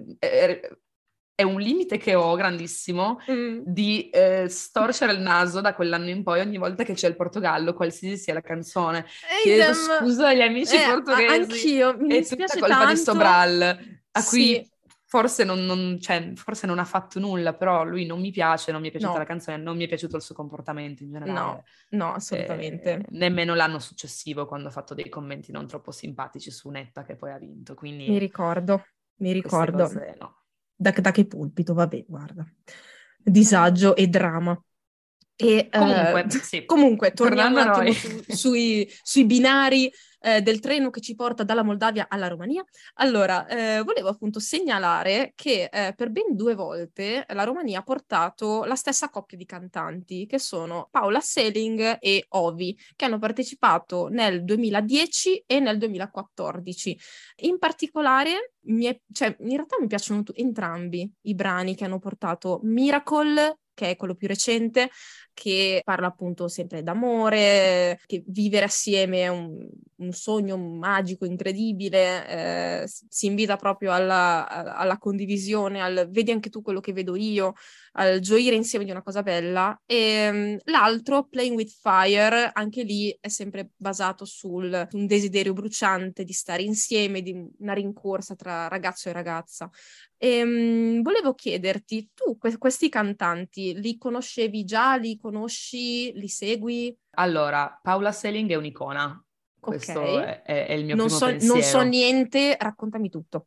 è un limite che ho grandissimo Mm. di storcere il naso da quell'anno in poi ogni volta che c'è il Portogallo, qualsiasi sia la canzone. Chiedo Idem. scusa agli amici portoghesi, Anch'io, mi è tutta dispiace colpa di tanto. Sobral, a Sì, cui forse cioè, forse non ha fatto nulla, però lui non mi piace, non mi è piaciuta la no, canzone, non mi è piaciuto il suo comportamento in no, generale. no, assolutamente. Nemmeno l'anno successivo, quando ha fatto dei commenti non troppo simpatici su Netta, che poi ha vinto. Mi Quindi ricordo, mi queste ricordo. cose no. Da che pulpito, vabbè, guarda. Disagio e dramma. E Comunque, sì, comunque, torniamo un tornando a attimo noi. sui binari del treno che ci porta dalla Moldavia alla Romania. Allora, volevo appunto segnalare che per ben 2 volte la Romania ha portato la stessa coppia di cantanti, che sono Paola Selig e Ovi, che hanno partecipato nel 2010 e nel 2014. In particolare, cioè, in realtà mi piacciono entrambi i brani che hanno portato Miracle, che è quello più recente, che parla appunto sempre d'amore, che vivere assieme è un sogno magico, incredibile, si invita proprio alla condivisione, al vedi anche tu quello che vedo io, al gioire insieme di una cosa bella. E l'altro, Playing with Fire, anche lì è sempre basato su un desiderio bruciante di stare insieme, di una rincorsa tra ragazzo e ragazza. Volevo chiederti, tu questi cantanti li conoscevi già, li conosci, li segui? Allora, Paula Selig è un'icona, Ok, questo è il mio primo non so pensiero. niente, raccontami tutto.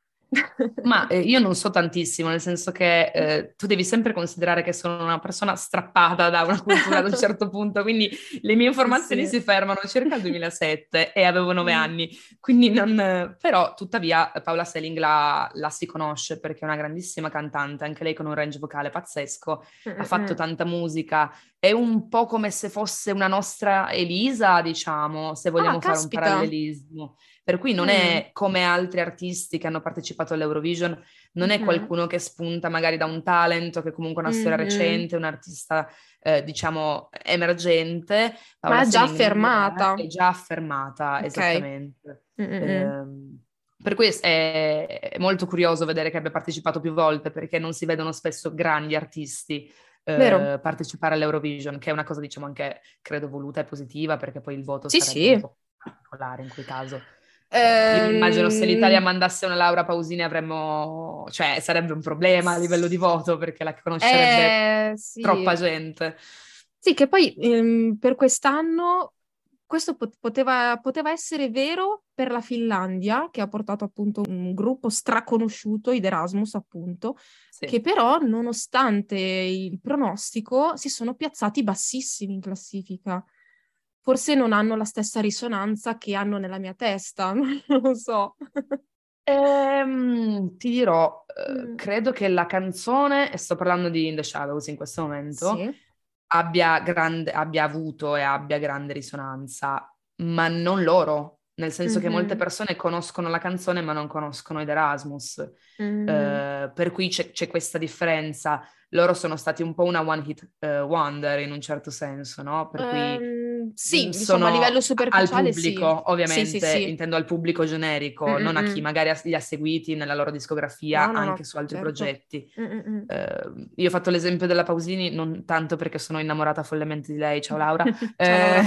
Ma io non so tantissimo, nel senso che tu devi sempre considerare che sono una persona strappata da una cultura ad un certo punto, quindi le mie Sì, informazioni sì. si fermano circa al 2007 e avevo 9 Mm. anni, quindi non... Però, tuttavia, Paola Selig la si conosce perché è una grandissima cantante, anche lei con un range vocale pazzesco, Mm, ha mm, fatto mm. tanta musica, è un po' come se fosse una nostra Elisa, diciamo, se Ah, vogliamo fare un caspita. parallelismo. Per cui non Mm, è come altri artisti che hanno partecipato all'Eurovision, non è mhm, qualcuno che spunta magari da un talento, che comunque è una storia mhm. recente, un artista diciamo emergente. Ma Paola è già Selig non lo affermata. è già affermata, Ok. esattamente. Mm, mm, mm. Per cui è molto curioso vedere che abbia partecipato più volte, perché non si vedono spesso grandi artisti Vero? partecipare all'Eurovision, che è una cosa, diciamo, anche credo voluta e positiva, perché poi il voto Sì, sarebbe un sì. po' particolare in quel caso. Io mi immagino se l'Italia Ehm, mandasse una Laura Pausini avremmo, cioè sarebbe un problema a livello di voto perché la conoscerebbe sì. troppa gente. Sì, che poi per quest'anno questo poteva essere vero per la Finlandia, che ha portato appunto un gruppo straconosciuto, id Erasmus appunto, che Sì. però, nonostante il pronostico, si sono piazzati bassissimi in classifica. forse non hanno la stessa risonanza che hanno nella mia testa, non lo so. Ti dirò, Mm. credo che la canzone, e sto parlando di In the Shadows in questo momento, Sì. abbia avuto e abbia grande risonanza, ma non loro, nel senso che molte Mhm. persone conoscono la canzone ma non conoscono ed Erasmus. Mhm. Per cui c'è questa differenza. Loro sono stati un po' una one hit wonder in un certo senso, no? Per cui Sì, diciamo a livello sono al superficiale sì. pubblico, Sì, sì, ovviamente, sì. intendo al pubblico generico, non a chi Mm-mm. magari li ha seguiti nella loro No, discografia no, no, anche su altri certo. progetti. Mm-mm. Io ho fatto l'esempio della Pausini non tanto perché sono innamorata follemente di lei, ciao Laura, Ciao Laura.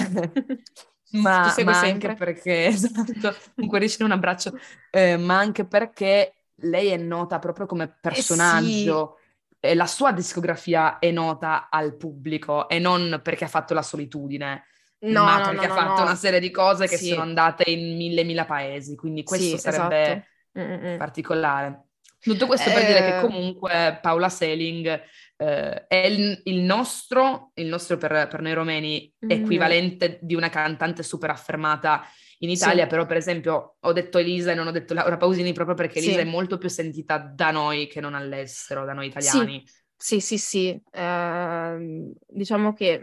Ti seguo ma anche sempre. perché, esatto, un cuoricino, un abbraccio, ma anche perché lei è nota proprio come Eh sì, personaggio e la sua discografia è nota al pubblico e non perché ha fatto la solitudine, no, ma no, no, perché ha no, fatto una no. serie di cose che sono Sì, andate in mille paesi, quindi questo sì, esatto. sarebbe Mm-mm. particolare. Tutto questo per dire che Eh, comunque Paula Selig è il nostro per noi romeni mm, equivalente di una cantante super affermata in sì, Italia, però per esempio ho detto Elisa e non ho detto Laura Pausini proprio perché Elisa è sì. molto più sentita da noi che non all'estero, da noi Sì, italiani. sì, sì, sì. Diciamo che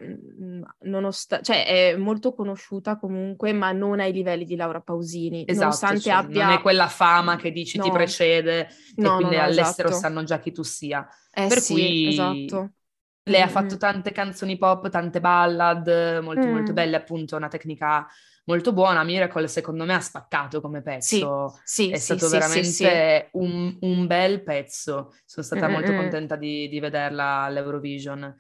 cioè, è molto conosciuta comunque, ma non ai livelli di Laura Pausini, Esatto, nonostante cioè non è abbia... quella fama che dici ti No, precede e no, no, quindi no, all'estero esatto. sanno già chi tu sia. Eh Per sì, cui esatto. lei ha Mm, fatto tante canzoni pop, tante ballad, molto molto mm. belle, appunto, una tecnica molto buona. Miracle secondo me ha spaccato come Sì, pezzo, sì, è sì, stato sì, sì, sì. veramente un bel pezzo. Sono Mm, stata molto mm, contenta di vederla all'Eurovision.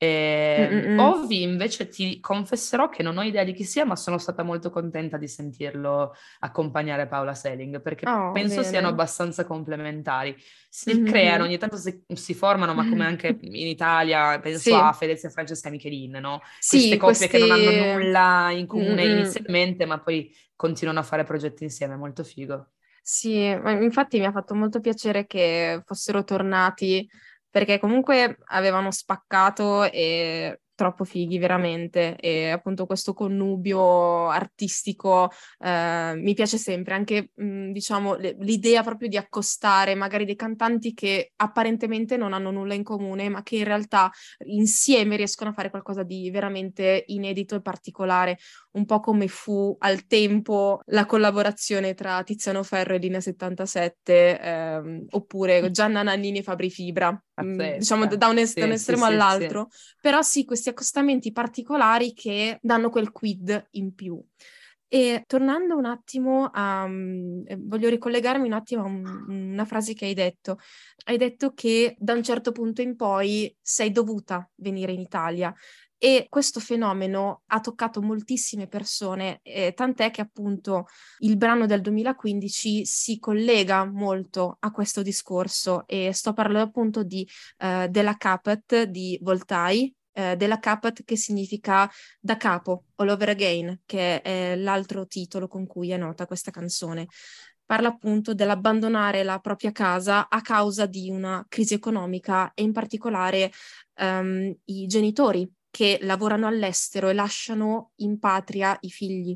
mm, mm, mm. Ovi invece ti confesserò che non ho idea di chi sia, ma sono stata molto contenta di sentirlo accompagnare Paola Selig, perché Oh, penso siano bene. abbastanza complementari. Si creano, Mhm. ogni tanto si formano, ma come anche in Italia, penso a Sì, Fedez e Francesca Michelin, no? Queste sì, coppie che non hanno questi... nulla in Mm, comune mm. inizialmente, ma poi continuano a fare progetti insieme, molto figo. Sì, ma infatti mi ha fatto molto piacere che fossero tornati perché comunque avevano spaccato e troppo fighi veramente e appunto questo connubio artistico mi piace sempre, anche diciamo l'idea proprio di accostare magari dei cantanti che apparentemente non hanno nulla in comune ma che in realtà insieme riescono a fare qualcosa di veramente inedito e particolare, un po' come fu al tempo la collaborazione tra Tiziano Ferro e Linea 77, oppure Gianna Nannini e Fabri Fibra, diciamo Pazzesca. da un Sì, sì, estremo sì, sì. all'altro, però sì, questi accostamenti particolari che danno quel quid in più. E tornando un attimo a, voglio ricollegarmi un attimo a una frase che hai detto. Hai detto che da un certo punto in poi sei dovuta venire in Italia. E questo fenomeno ha toccato moltissime persone, tant'è che appunto il brano del 2015 si collega molto a questo discorso e sto parlando appunto di Della Caput di Voltai, Della Caput che significa da capo, All Over Again, che è l'altro titolo con cui è nota questa canzone. Parla appunto dell'abbandonare la propria casa a causa di una crisi economica e in particolare i genitori che lavorano all'estero e lasciano in patria i figli.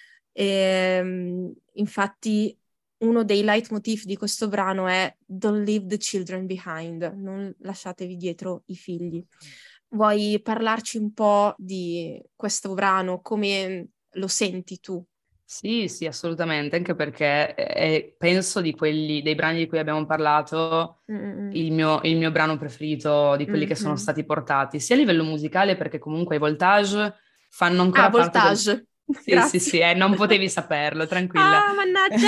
Infatti, uno dei leitmotiv di questo brano è Don't leave the children behind, non lasciatevi dietro i figli. Vuoi parlarci un po' di questo brano, come lo senti tu? Sì, sì, assolutamente, anche perché penso dei brani di cui abbiamo parlato, Mm, il mio brano preferito di quelli mm, che sono mm. stati portati, sia a livello musicale perché comunque i Voltage fanno Ah, ancora parte del... Voltage. Sì, sì, Grazie. sì, non potevi saperlo, tranquilla. Ah, mannaggia.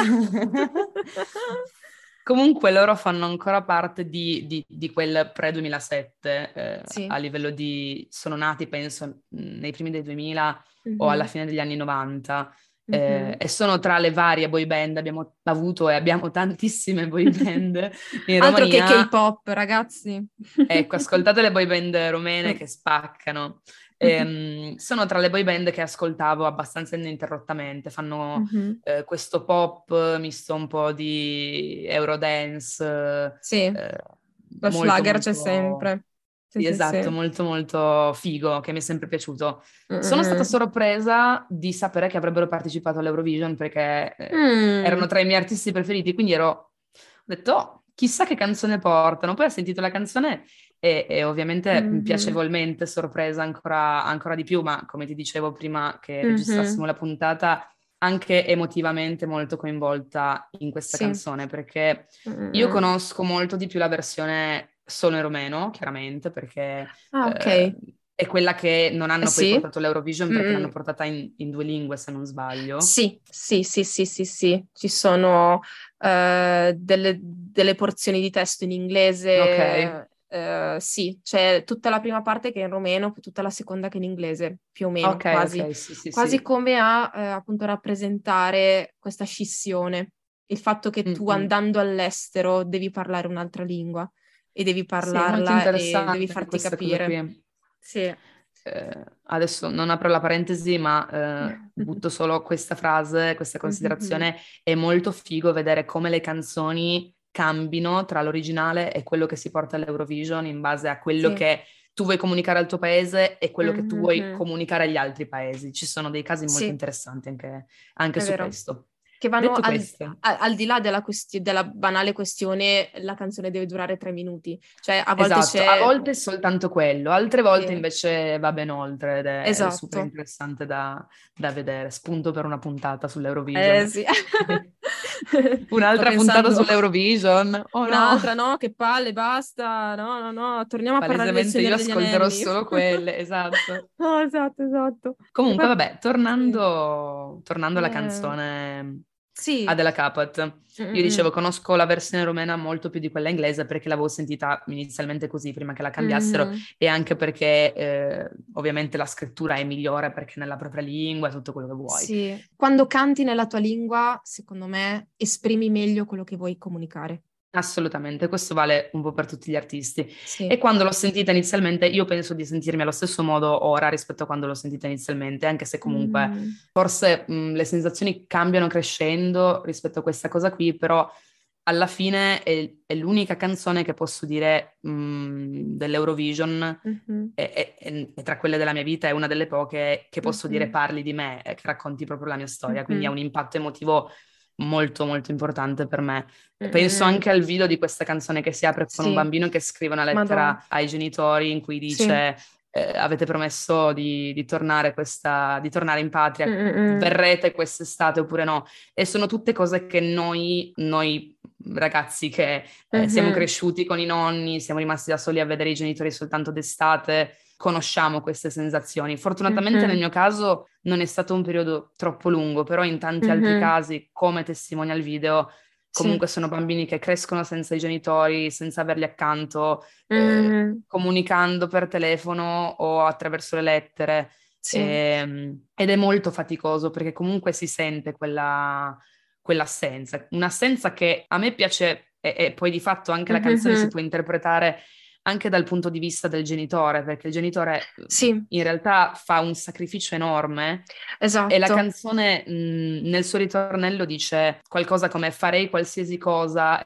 Comunque loro fanno ancora parte di quel pre-2007, a Sì. livello di... sono nati, penso, nei primi dei 2000 o alla Mhm, fine degli anni 90, mhm. e sono tra le varie boy band, abbiamo avuto e abbiamo tantissime boy band in Altro che Romania. K-pop, ragazzi. Ecco, ascoltate le boy band romene che spaccano. Sono tra le boy band che ascoltavo abbastanza ininterrottamente, fanno Mhm. questo pop misto un po' di Eurodance, Sì, eh, lo molto Schlager c'è molto... sempre. Sì, Sì, sì, esatto, sì. molto molto figo, che mi è sempre piaciuto. Sono stata Mm, sorpresa di sapere che avrebbero partecipato all'Eurovision perché erano mm, tra i miei artisti preferiti, quindi ho detto, "Oh, chissà che canzone portano." Poi ho sentito la canzone e ovviamente mhm, piacevolmente sorpresa ancora di più, ma come ti dicevo prima che registrassimo mhm, la puntata, anche emotivamente molto coinvolta in questa sì. canzone, perché io Mm. conosco molto di più la versione solo in romeno, chiaramente, perché Ah, ok. è quella che non hanno poi Sì. portato l'Eurovision perché l'hanno Mm. portata in due lingue, se non sbaglio. Sì, sì, sì, sì, sì, sì. Ci sono delle porzioni di testo in Ok, inglese. Sì, c'è tutta la prima parte che è in romeno, poi tutta la seconda che è in inglese, più o meno, ok, quasi. ok, sì, sì, Quasi sì. come a appunto rappresentare questa scissione, il fatto che tu Mm-mm. andando all'estero devi parlare un'altra lingua e devi Sì, è molto parlarla e devi interessante farti questa cosa capire. qui. Sì. Adesso non apro la parentesi, ma butto solo questa frase, questa Mhm. considerazione. È molto figo vedere come le canzoni cambino tra l'originale e quello che si porta all'Eurovision in base a quello Sì. che tu vuoi comunicare al tuo paese e quello che tu vuoi Mhm. comunicare agli altri paesi. Ci sono dei casi molto Sì, interessanti anche è su vero. questo. Che vanno Detto questo, al di là della banale questione, la canzone deve durare 3 minuti. Cioè, a volte esatto, a c'è... volte è soltanto quello, altre volte Sì, invece va ben oltre ed è super esatto. interessante da vedere. Spunto per una puntata sull'Eurovision. Sì. Sto Un'altra puntata pensando sull'Eurovision? Oh no! un'altra, no? Che palle, basta. No, no, no. Torniamo a parlare del Palesemente io Signore degli ascolterò Anelli. solo quelle, esatto. No, esatto, esatto. E Comunque, poi... vabbè, Sì. tornando alla Eh, canzone sì. Adela Caput, Mm, io mm, dicevo, conosco la versione romena molto più di quella inglese perché l'avevo sentita inizialmente così, prima che la mm, cambiassero, mhm. e anche perché ovviamente la scrittura è migliore perché è nella propria lingua e tutto quello che vuoi. Sì, quando canti nella tua lingua, secondo me, esprimi meglio quello che vuoi comunicare. Assolutamente, questo vale un po' per tutti gli artisti. Sì. E quando l'ho sentita inizialmente, io penso di sentirmi allo stesso modo ora rispetto a quando l'ho sentita inizialmente, anche se comunque Mm, forse le sensazioni cambiano crescendo rispetto a questa cosa qui, però alla fine è l'unica canzone che posso dire dell'Eurovision, mhm, e tra quelle della mia vita è una delle poche che posso dire mhm, parli di me, che racconti proprio la mia storia, quindi ha mhm, un impatto emotivo molto molto importante per me. mm, Penso mm. anche al video di questa canzone che si apre con un Sì, bambino che scrive una madò. lettera ai genitori in cui Sì. dice avete promesso di tornare di tornare in Mm, patria, mm, mm. verrete quest'estate oppure no? E sono tutte cose che noi ragazzi che siamo Mhm, cresciuti con i nonni, siamo rimasti da soli a vedere i genitori soltanto d'estate, conosciamo queste sensazioni. Fortunatamente nel mhm, mio caso non è stato un periodo troppo lungo, però in tanti altri mhm. casi, come testimonia il video, Sì. comunque sono bambini che crescono senza i genitori, senza averli accanto, Mhm, comunicando per telefono o attraverso le lettere. sì. Ed è molto faticoso perché comunque si sente quell'assenza, un'assenza che a me piace e poi di fatto anche la canzone si Mhm, può interpretare anche dal punto di vista del genitore, perché il genitore sì, in realtà fa un sacrificio enorme e la esatto. canzone nel suo ritornello dice qualcosa come farei qualsiasi cosa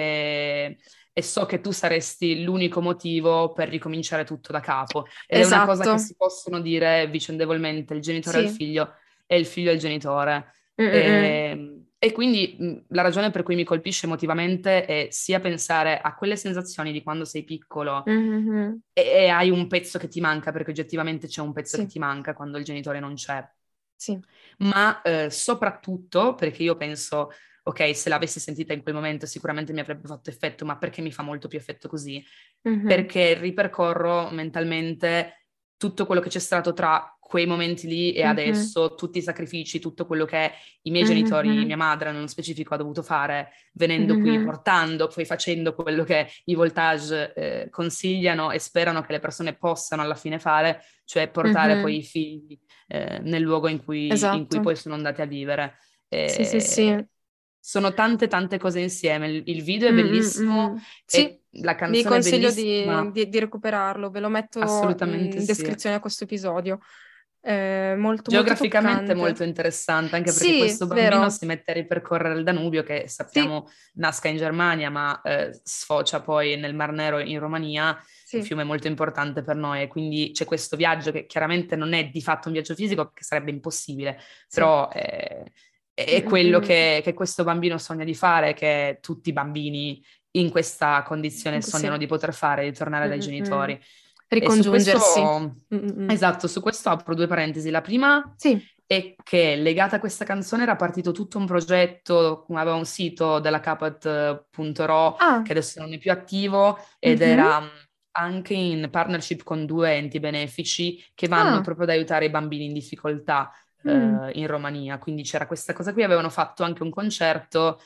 e so che tu saresti l'unico motivo per ricominciare tutto da capo. Ed è una cosa che Esatto. si possono dire vicendevolmente il genitore al Sì. figlio e il figlio al genitore. Mm, mm, mm. E quindi la ragione per cui mi colpisce emotivamente è sia pensare a quelle sensazioni di quando sei piccolo Mhm, e hai un pezzo che ti manca, perché oggettivamente c'è un pezzo che sì, ti manca quando il genitore non c'è, sì. ma soprattutto perché io penso, ok, se l'avessi sentita in quel momento sicuramente mi avrebbe fatto effetto, ma perché mi fa molto più effetto così? Mhm, Perché ripercorro mentalmente tutto quello che c'è stato tra quei momenti lì e mhm, adesso, tutti i sacrifici, tutto quello che i miei genitori, mhm, mia madre nello specifico ha dovuto fare venendo qui, mhm, portando, poi facendo quello che i voltage consigliano e sperano che le persone possano alla fine fare, cioè portare poi mhm. i figli nel luogo in cui Esatto. poi sono andati a vivere. Sì, sì, sì. Sono tante tante cose insieme. Il video è Mm, mm, bellissimo mm. Sì, e la vi canzone è consiglio bellissima, di recuperarlo, ve lo metto assolutamente in sì. descrizione a questo episodio. molto molto Geograficamente è toccante. molto interessante, anche perché Sì, questo bambino vero. si mette a ripercorrere il Danubio, che Sì, sappiamo nasca in Germania, ma sfocia poi nel Mar Nero in Romania, un sì. fiume molto importante per noi, e quindi c'è questo viaggio che chiaramente non è di fatto un viaggio fisico, perché sarebbe impossibile, Sì. però Mm, è mm, quello mm. che questo bambino sogna di fare, che tutti i bambini in questa condizione Sì. sognano di poter fare, di tornare Mm, dai mm, mm. genitori. E su Ricongiungersi. questo, Mm, mm, mm. esatto, su questo apro due parentesi. La prima Sì. è che legata a questa canzone era partito tutto un progetto, aveva un sito della Caput.ro Ah, che adesso non è più attivo ed mhm. era anche in partnership con due enti benefici che vanno Ah, proprio ad aiutare i bambini in difficoltà mm, in Romania. Quindi c'era questa cosa qui, avevano fatto anche un concerto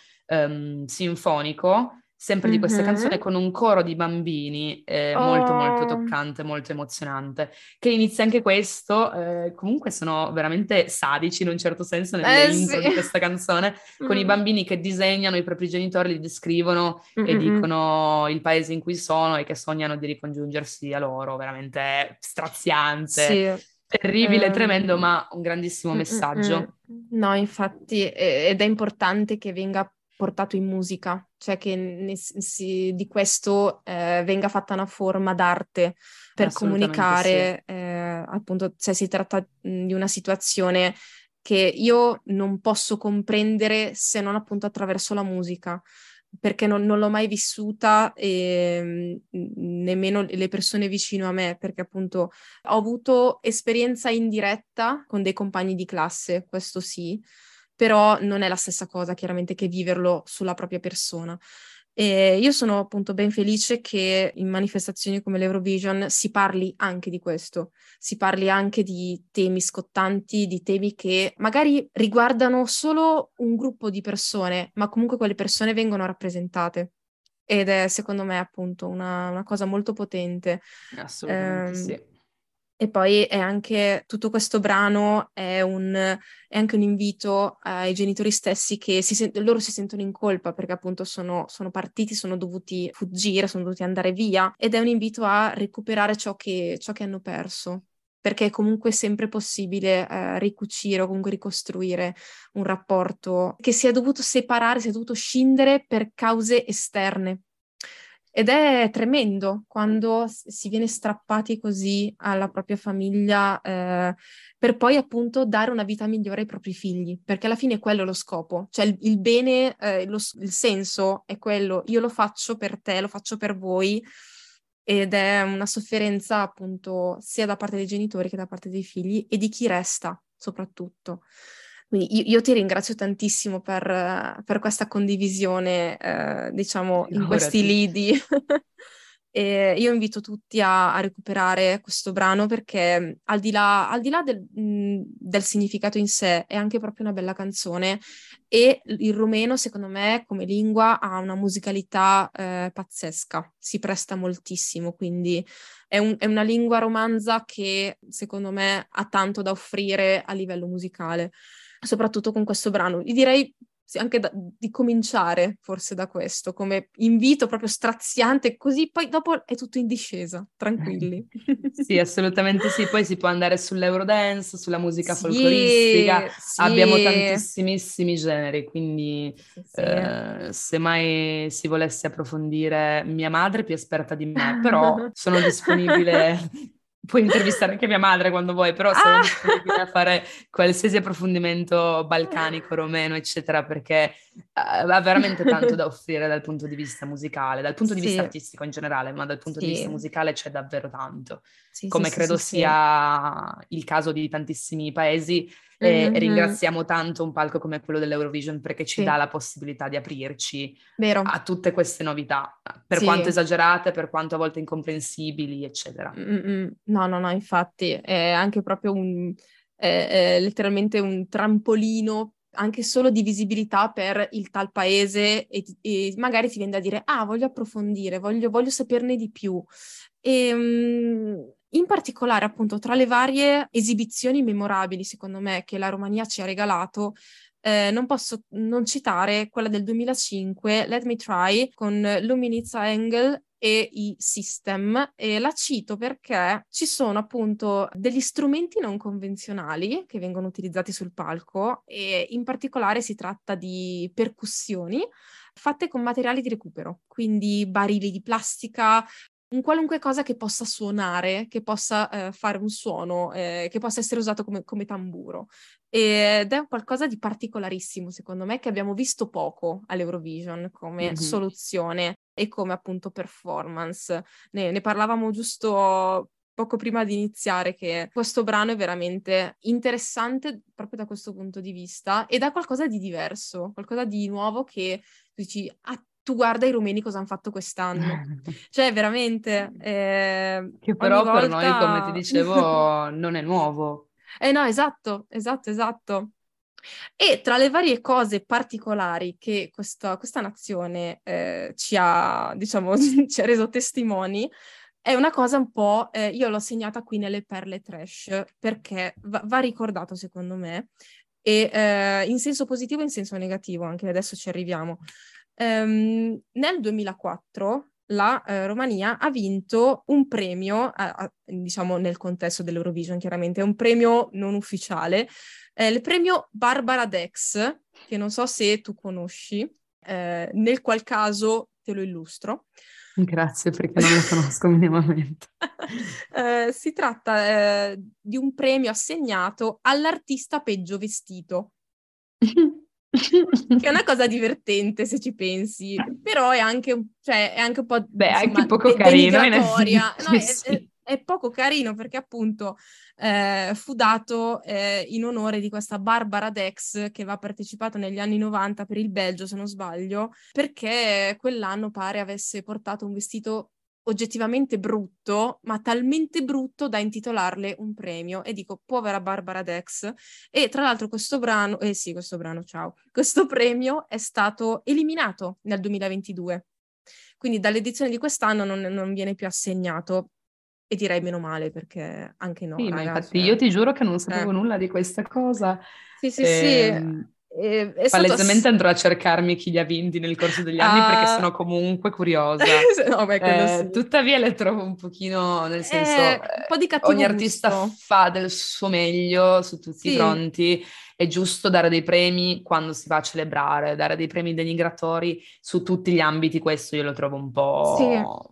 sinfonico, sempre di questa mhm. canzone, con un coro di bambini molto molto Oh, toccante, molto emozionante, che inizia anche questo, comunque sono veramente sadici in un certo senso nelle eh sì. intro di questa canzone, con i Mm, bambini che disegnano i propri genitori, li descrivono mm, e mm, mm. dicono il paese in cui sono e che sognano di ricongiungersi a loro, veramente straziante, Sì. terribile, tremendo, Ehm, ma un grandissimo mm, mm, mm. messaggio. No, infatti, ed è importante che venga portato in musica, cioè che di questo venga fatta una forma d'arte per Assolutamente sì. comunicare, appunto, se si tratta di una situazione che io non posso comprendere se non appunto attraverso la musica, perché non l'ho mai vissuta e nemmeno le persone vicino a me, perché appunto ho avuto esperienza indiretta con dei compagni di classe, questo sì, però non è la stessa cosa chiaramente che viverlo sulla propria persona. E io sono appunto ben felice che in manifestazioni come l'Eurovision si parli anche di questo, si parli anche di temi scottanti, di temi che magari riguardano solo un gruppo di persone, ma comunque quelle persone vengono rappresentate. Ed è secondo me appunto una cosa molto potente. Assolutamente Ehm, sì. e poi è anche tutto questo brano è anche un invito ai genitori stessi che loro si sentono in colpa perché appunto sono partiti, sono dovuti fuggire, sono dovuti andare via ed è un invito a recuperare ciò che hanno perso. Perché è comunque sempre possibile ricucire o comunque ricostruire un rapporto che si è dovuto separare, si è dovuto scindere per cause esterne. Ed è tremendo quando si viene strappati così alla propria famiglia, per poi appunto dare una vita migliore ai propri figli, perché alla fine è quello lo scopo, cioè il bene, il senso è quello, io lo faccio per te, lo faccio per voi, ed è una sofferenza appunto sia da parte dei genitori che da parte dei figli e di chi resta soprattutto. Quindi io ti ringrazio tantissimo per questa condivisione, diciamo, in questi Figurati. lidi. E io invito tutti a recuperare questo brano perché al di là del significato in sé è anche proprio una bella canzone e il rumeno, secondo me, come lingua ha una musicalità pazzesca, si presta moltissimo, quindi è una lingua romanza che secondo me ha tanto da offrire a livello musicale, soprattutto con questo brano. Gli direi sì, anche di cominciare forse da questo, come invito proprio straziante, così poi dopo è tutto in discesa, tranquilli. Sì, assolutamente sì. Poi si può andare sull'Eurodance, sulla musica folcloristica, Sì, abbiamo sì, tantissimissimi generi, quindi sì, sì. se mai si volesse approfondire, mia madre è più esperta di me, però sono disponibile, puoi intervistare anche mia madre quando vuoi, però sono disponibile a Ah! fare qualsiasi approfondimento balcanico, romeno, eccetera, perché ha veramente tanto da offrire dal punto di vista musicale, dal punto di vista Sì, artistico in generale, ma dal punto di vista sì, musicale c'è davvero tanto, sì, sì, come sì, sì, credo sì. sia il caso di tantissimi paesi, e Mhm, ringraziamo tanto un palco come quello dell'Eurovision perché ci dà sì, la possibilità di aprirci vero, a tutte queste novità, per quanto sì. esagerate, per quanto a volte incomprensibili, eccetera. No, no, no, infatti è anche proprio è letteralmente un trampolino anche solo di visibilità per il tal paese e magari ti viene da dire, ah, voglio approfondire, voglio saperne di più. In particolare, appunto, tra le varie esibizioni memorabili, secondo me, che la Romania ci ha regalato, non posso non citare quella del 2005, Let Me Try, con Luminitsa Engel e i System, e la cito perché ci sono appunto degli strumenti non convenzionali che vengono utilizzati sul palco, e in particolare si tratta di percussioni fatte con materiali di recupero, quindi barili di plastica, un qualunque cosa che possa suonare, che possa fare un suono, che possa essere usato come tamburo. Ed è qualcosa di particolarissimo, secondo me, che abbiamo visto poco all'Eurovision come soluzione e come appunto performance. Ne parlavamo giusto poco prima di iniziare, che questo brano è veramente interessante proprio da questo punto di vista ed ha qualcosa di diverso, qualcosa di nuovo che dici, ah, tu guarda i rumeni cosa hanno fatto quest'anno. Cioè, veramente, Che ogni però per noi, come ti volta... dicevo, non è nuovo. No, esatto, esatto, esatto. E tra le varie cose particolari che questa nazione ci ha, diciamo, ci ha reso testimoni, è una cosa un po', io l'ho segnata qui nelle perle trash, perché va ricordato secondo me, e in senso positivo e in senso negativo, anche adesso ci arriviamo. Nel 2004 la Romania ha vinto un premio, diciamo nel contesto dell'Eurovision chiaramente, è un premio non ufficiale, il premio Barbara Dex, che non so se tu conosci, nel qual caso te lo illustro. Grazie, perché non la conosco minimamente. Si tratta di un premio assegnato all'artista peggio vestito. Che è una cosa divertente se ci pensi, però è anche, cioè, è anche un po', Beh, anche insomma, poco carino, in denigratoria. No, effetti, sì. è poco carino perché appunto fu dato in onore di questa Barbara Dex che aveva partecipato negli anni 90 per il Belgio, se non sbaglio, perché quell'anno pare avesse portato un vestito oggettivamente brutto, ma talmente brutto da intitolarle un premio. E dico, povera Barbara Dex. E tra l'altro ciao, questo premio è stato eliminato nel 2022, quindi dall'edizione di quest'anno non viene più assegnato, e direi meno male perché anche no, Sì, ma raga, infatti io cioè... ti giuro che non sapevo eh. nulla di questa cosa. Sì, sì, sì, Ehm, è stato... Palesemente andrò a cercarmi chi li ha vinti nel corso degli anni perché sono ah, comunque curiosa. no, beh, quello sì. Tuttavia le trovo un pochino, nel senso, Un po' di ogni cattivo artista gusto. fa del suo meglio su tutti i Sì, fronti. È giusto dare dei premi quando si va a celebrare, dare dei premi denigratori su tutti gli ambiti, questo io lo trovo un sì. po'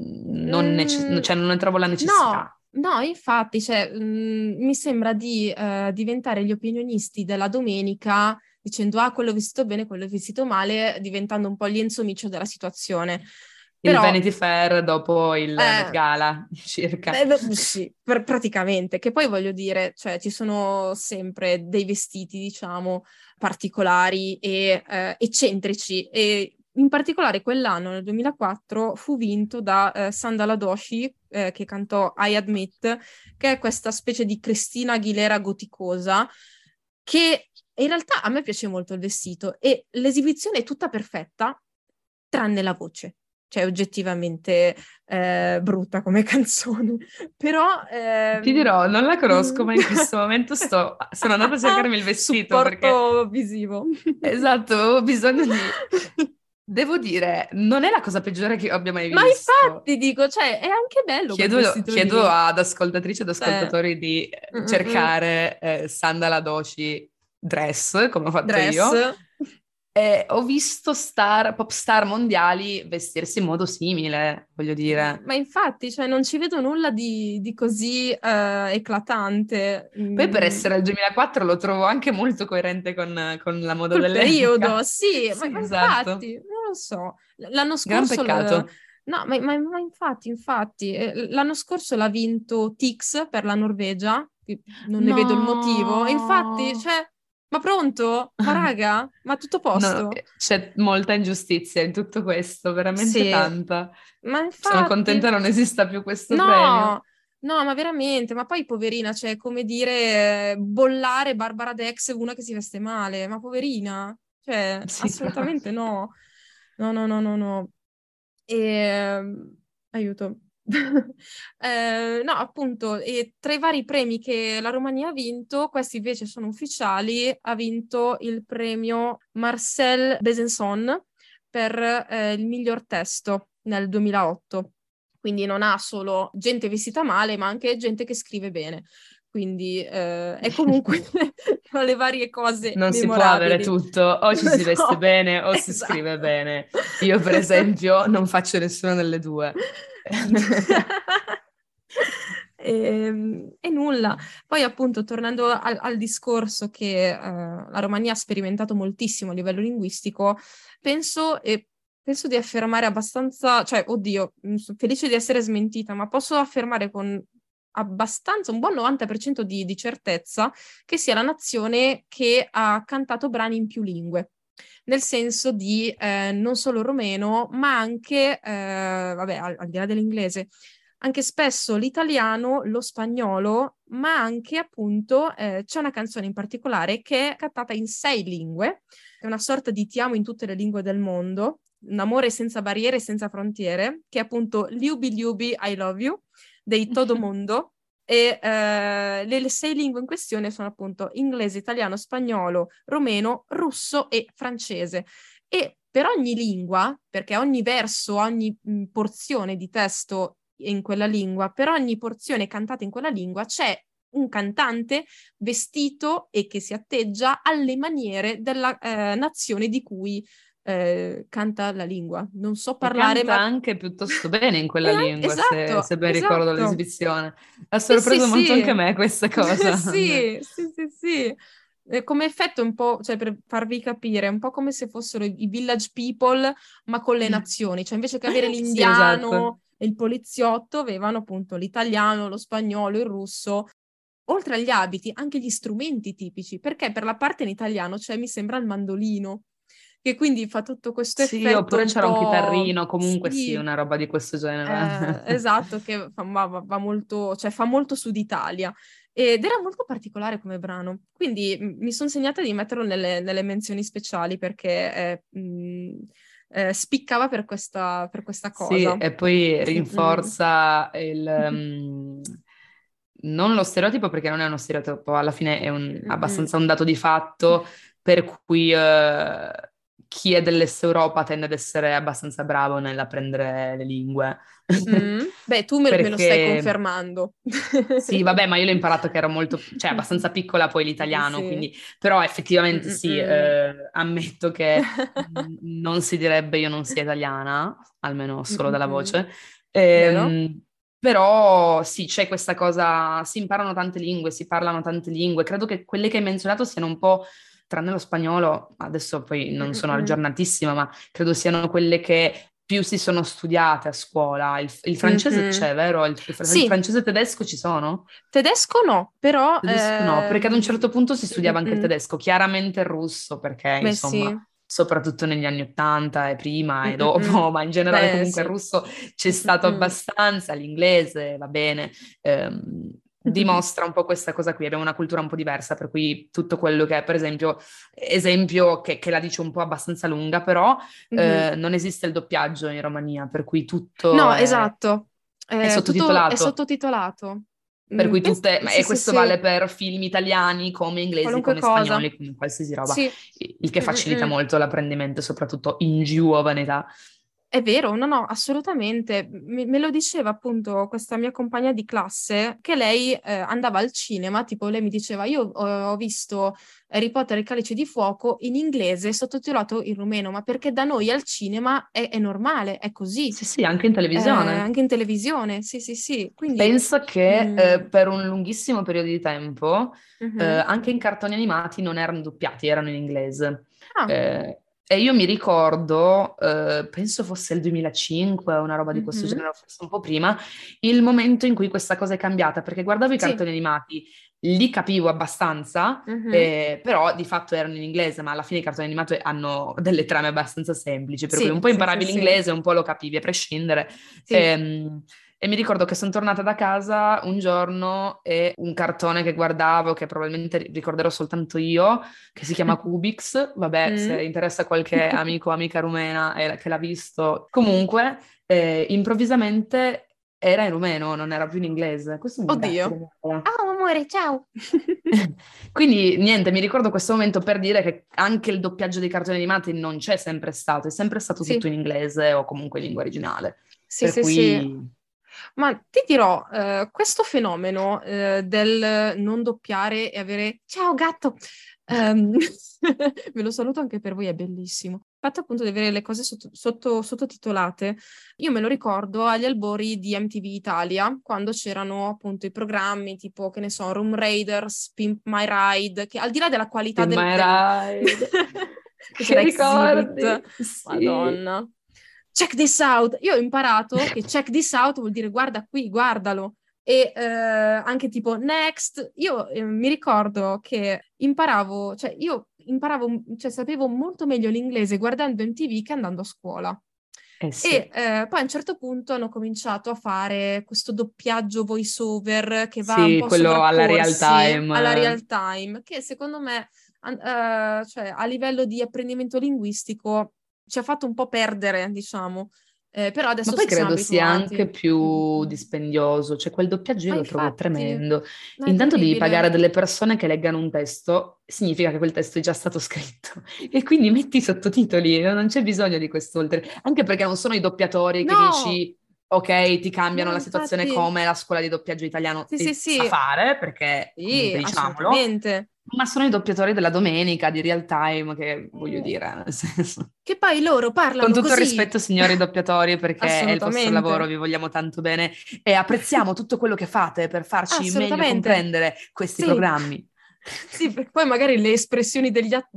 cioè non ne trovo la No, necessità. no, infatti, cioè, mi sembra di diventare gli opinionisti della domenica dicendo ah, quello è vestito bene, quello è vestito male, diventando un po' gli Enzo Miccio della situazione. Il Però, Vanity Fair dopo il Met eh, Gala, circa. sì, praticamente, che poi voglio dire, cioè, ci sono sempre dei vestiti, diciamo, particolari e eccentrici, e in particolare quell'anno, nel 2004, fu vinto da Sandala Doshi, che cantò I Admit, che è questa specie di Cristina Aguilera goticosa, che in realtà a me piace molto il vestito e l'esibizione è tutta perfetta, tranne la voce. Cioè, oggettivamente brutta come canzone. Però... Ti dirò, non la conosco, ma in questo momento sono andata a cercarmi il vestito perché, supporto visivo. esatto, avevo bisogno di... Devo dire, non è la cosa peggiore che io abbia mai Ma visto. infatti dico, cioè, è anche bello quel vestito Chiedo lì. ad ascoltatrici ed Cioè, ascoltatori di mm, mm, mm. cercare Sandala Doshi dress, come ho fatto Dress. io. Ho visto pop star mondiali vestirsi in modo simile, voglio dire. Ma infatti, cioè, non ci vedo nulla di così eclatante. Poi per essere al 2004 lo trovo anche molto coerente con la moda Col periodo, dell'epoca. sì, Sì, ma esatto. infatti, non lo so. L'anno Gran scorso, peccato. no, ma infatti, l'anno scorso l'ha vinto Tix per la Norvegia, che non ne vedo il motivo. Infatti, No. cioè, ma pronto? Ma raga? Ma tutto a No, posto? c'è molta ingiustizia in tutto questo, veramente Sì, tanta. ma Sono infatti, contenta non esista più questo premio. no, no, ma veramente, ma poi poverina, cioè, come dire, bollare Barbara Dex, una che si veste male, ma poverina, cioè, Sì, tra assolutamente l'altro. no, no, no, no, no, no. E, aiuto. No, appunto, e tra i vari premi che la Romania ha vinto, questi invece sono ufficiali, ha vinto il premio Marcel Besançon per il miglior testo. nel 2008. Quindi non ha solo gente vestita male, ma anche gente che scrive bene. Quindi è comunque tra le varie cose Non si può avere memorabili. tutto, o ci si veste No, bene o si scrive esatto. bene. Io, per esempio, non faccio nessuna delle due. E nulla. Poi appunto tornando al discorso che la Romania ha sperimentato moltissimo a livello linguistico, penso di affermare abbastanza, cioè oddio, sono felice di essere smentita, ma posso affermare con abbastanza, un buon 90% di certezza che sia la nazione che ha cantato brani in più lingue. Nel senso di non solo romeno, ma anche, vabbè, al di là dell'inglese, anche spesso l'italiano, lo spagnolo, ma anche appunto c'è una canzone in particolare che è cantata in 6 lingue, è una sorta di ti amo in tutte le lingue del mondo, un amore senza barriere e senza frontiere, che è appunto Ljubi Ljubi I Love You dei Todo Mondo. E le 6 lingue in questione sono appunto inglese, italiano, spagnolo, romeno, russo e francese. E per ogni lingua, perché ogni verso, ogni porzione di testo in quella lingua, per ogni porzione cantata in quella lingua c'è un cantante vestito e che si atteggia alle maniere della nazione di cui canta la lingua. Non so E parlare, canta ma... anche piuttosto bene in quella lingua, Esatto, se ben ricordo esatto. l'esibizione. Ha Sì, sì, sorpreso molto anche sì. me questa cosa. Sì, sì, sì, sì. Come effetto un po', cioè per farvi capire, un po' come se fossero i village people, ma con le nazioni. Cioè invece che avere Sì, esatto. l'indiano e il poliziotto, avevano appunto l'italiano, lo spagnolo, il russo. Oltre agli abiti, anche gli strumenti tipici, perché per la parte in italiano c'è, mi sembra, il mandolino, che quindi fa tutto questo Sì, effetto oppure un c'era un po'... chitarrino, comunque sì, Sì, una roba di questo genere. esatto, che va molto, cioè fa molto Sud Italia. Ed era molto particolare come brano. Quindi mi sono segnata di metterlo nelle menzioni speciali perché spiccava per questa Sì, cosa. e poi Mm-mm. rinforza non lo stereotipo perché non è uno stereotipo, alla fine è Mm-mm. abbastanza un dato di fatto per cui chi è dell'Est Europa tende ad essere abbastanza bravo nell'apprendere le lingue. Beh, tu me lo stai Perché confermando. sì, vabbè, ma io l'ho imparato che ero molto, cioè abbastanza piccola poi Sì, sì, l'italiano, sì. quindi, però effettivamente sì, Mm-mm-mm. ammetto che non si direbbe io non sia italiana, almeno solo dalla Mm-mm-mm. voce. Vero? Ehm, Però sì, c'è questa cosa, si imparano tante lingue, si parlano tante lingue, credo che quelle che hai menzionato siano un po', tranne lo spagnolo, adesso poi non sono Mm-mm-mm. aggiornatissima, ma credo siano quelle che più si sono studiate a scuola. Il francese Mhm. c'è, vero? Il Sì, francese e il tedesco ci sono? tedesco no, però... Tedesco no, perché ad un certo punto si studiava anche il mm-mm. tedesco, chiaramente il russo, perché Beh insomma, sì. soprattutto negli anni Ottanta e prima e Mm-mm-mm. dopo, ma in generale Beh comunque il sì. russo c'è stato Mm-mm-mm. abbastanza, l'inglese va bene, dimostra un po' questa cosa qui, abbiamo una cultura un po' diversa, per cui tutto quello che è, per esempio, esempio che la dice un po' abbastanza lunga, però Mhm. non esiste il doppiaggio in Romania, per cui No, tutto esatto. è Tutto è sottotitolato. sottotitolato. Per cui tutte, Sì, e sì, questo sì. vale per film italiani come inglesi, Qualunque come cosa. spagnoli, come qualsiasi roba, Sì. il che facilita Mm-mm-mm. molto l'apprendimento, soprattutto in giovane età. È vero, no, no, assolutamente. Me lo diceva appunto questa mia compagna di classe che lei andava al cinema, tipo lei mi diceva, io ho visto Harry Potter e il Calice di Fuoco in inglese sottotitolato in rumeno, ma perché da noi al cinema è normale, è così. Sì, sì, anche in televisione. Anche in televisione, sì, sì, sì. Quindi... Penso che mm, per un lunghissimo periodo di tempo mhm. anche in cartoni animati non erano doppiati, erano in inglese. Ah, E io mi ricordo, penso fosse il 2005 o una roba di questo mhm. genere, forse un po' prima, il momento in cui questa cosa è cambiata, perché guardavo i Sì, cartoni animati, li capivo abbastanza, mhm. però di fatto erano in inglese, ma alla fine i cartoni animati hanno delle trame abbastanza semplici, per cui un Sì, po' sì, sì, imparavi sì, l'inglese, un po' lo capivi a prescindere. sì. E mi ricordo che sono tornata da casa un giorno e un cartone che guardavo, che probabilmente ricorderò soltanto io, che si chiama Cubix. Vabbè, se Mm. interessa qualche amico o amica rumena che l'ha visto. Comunque, improvvisamente era in rumeno, non era più in inglese. Questo è un gatto che Oddio. mi parla. Oh, amore, ciao! Quindi niente, mi ricordo questo momento per dire che anche il doppiaggio dei cartoni animati non c'è sempre stato, è sempre stato tutto Sì, in inglese o comunque in lingua originale. sì, Per sì, sì. cui Ma ti dirò, questo fenomeno del non doppiare e avere ciao gatto, ehm, ve lo saluto anche per voi, è bellissimo. Il fatto appunto di avere le cose sottotitolate, io me lo ricordo agli albori di MTV Italia, quando c'erano appunto i programmi tipo, che ne so, Room Raiders, Pimp My Ride, che al di là della qualità in My Ride, che che c'era Exhibit, ricordi? Sì. Madonna. Check this out. Io ho imparato che check this out vuol dire guarda qui, guardalo. E anche tipo next. Io mi ricordo che cioè sapevo molto meglio l'inglese guardando MTV che andando a scuola. Eh E sì, poi a un certo punto hanno cominciato a fare questo doppiaggio voice-over che va un sì, po' a quello alla real sovrapporsi alla time. real time, che secondo me, cioè, a livello di apprendimento linguistico ci ha fatto un po' perdere, diciamo. Però Ma adesso poi ci siamo credo sia abituati. anche più dispendioso, cioè quel doppiaggio io Ma lo trovo infatti, tremendo. no, è Intanto devi terribile. pagare delle persone che leggano un testo, significa che quel testo è già stato scritto e quindi metti i sottotitoli, non c'è bisogno di quest'oltre. Anche perché non sono i doppiatori che No, dici, ok, ti cambiano no, la situazione infatti. come la scuola di doppiaggio italiano Sì, sì, sa sì, fare, perché sì, comunque diciamolo, assolutamente. ma sono i doppiatori della domenica, di real time, che voglio Eh, dire, nel senso... Che poi loro Con parlano tutto il così. rispetto, signori doppiatori, perché è il vostro lavoro, Assolutamente. vi vogliamo tanto bene e apprezziamo tutto quello che fate per farci meglio Assolutamente. comprendere questi Sì. programmi. Sì, perché poi magari le espressioni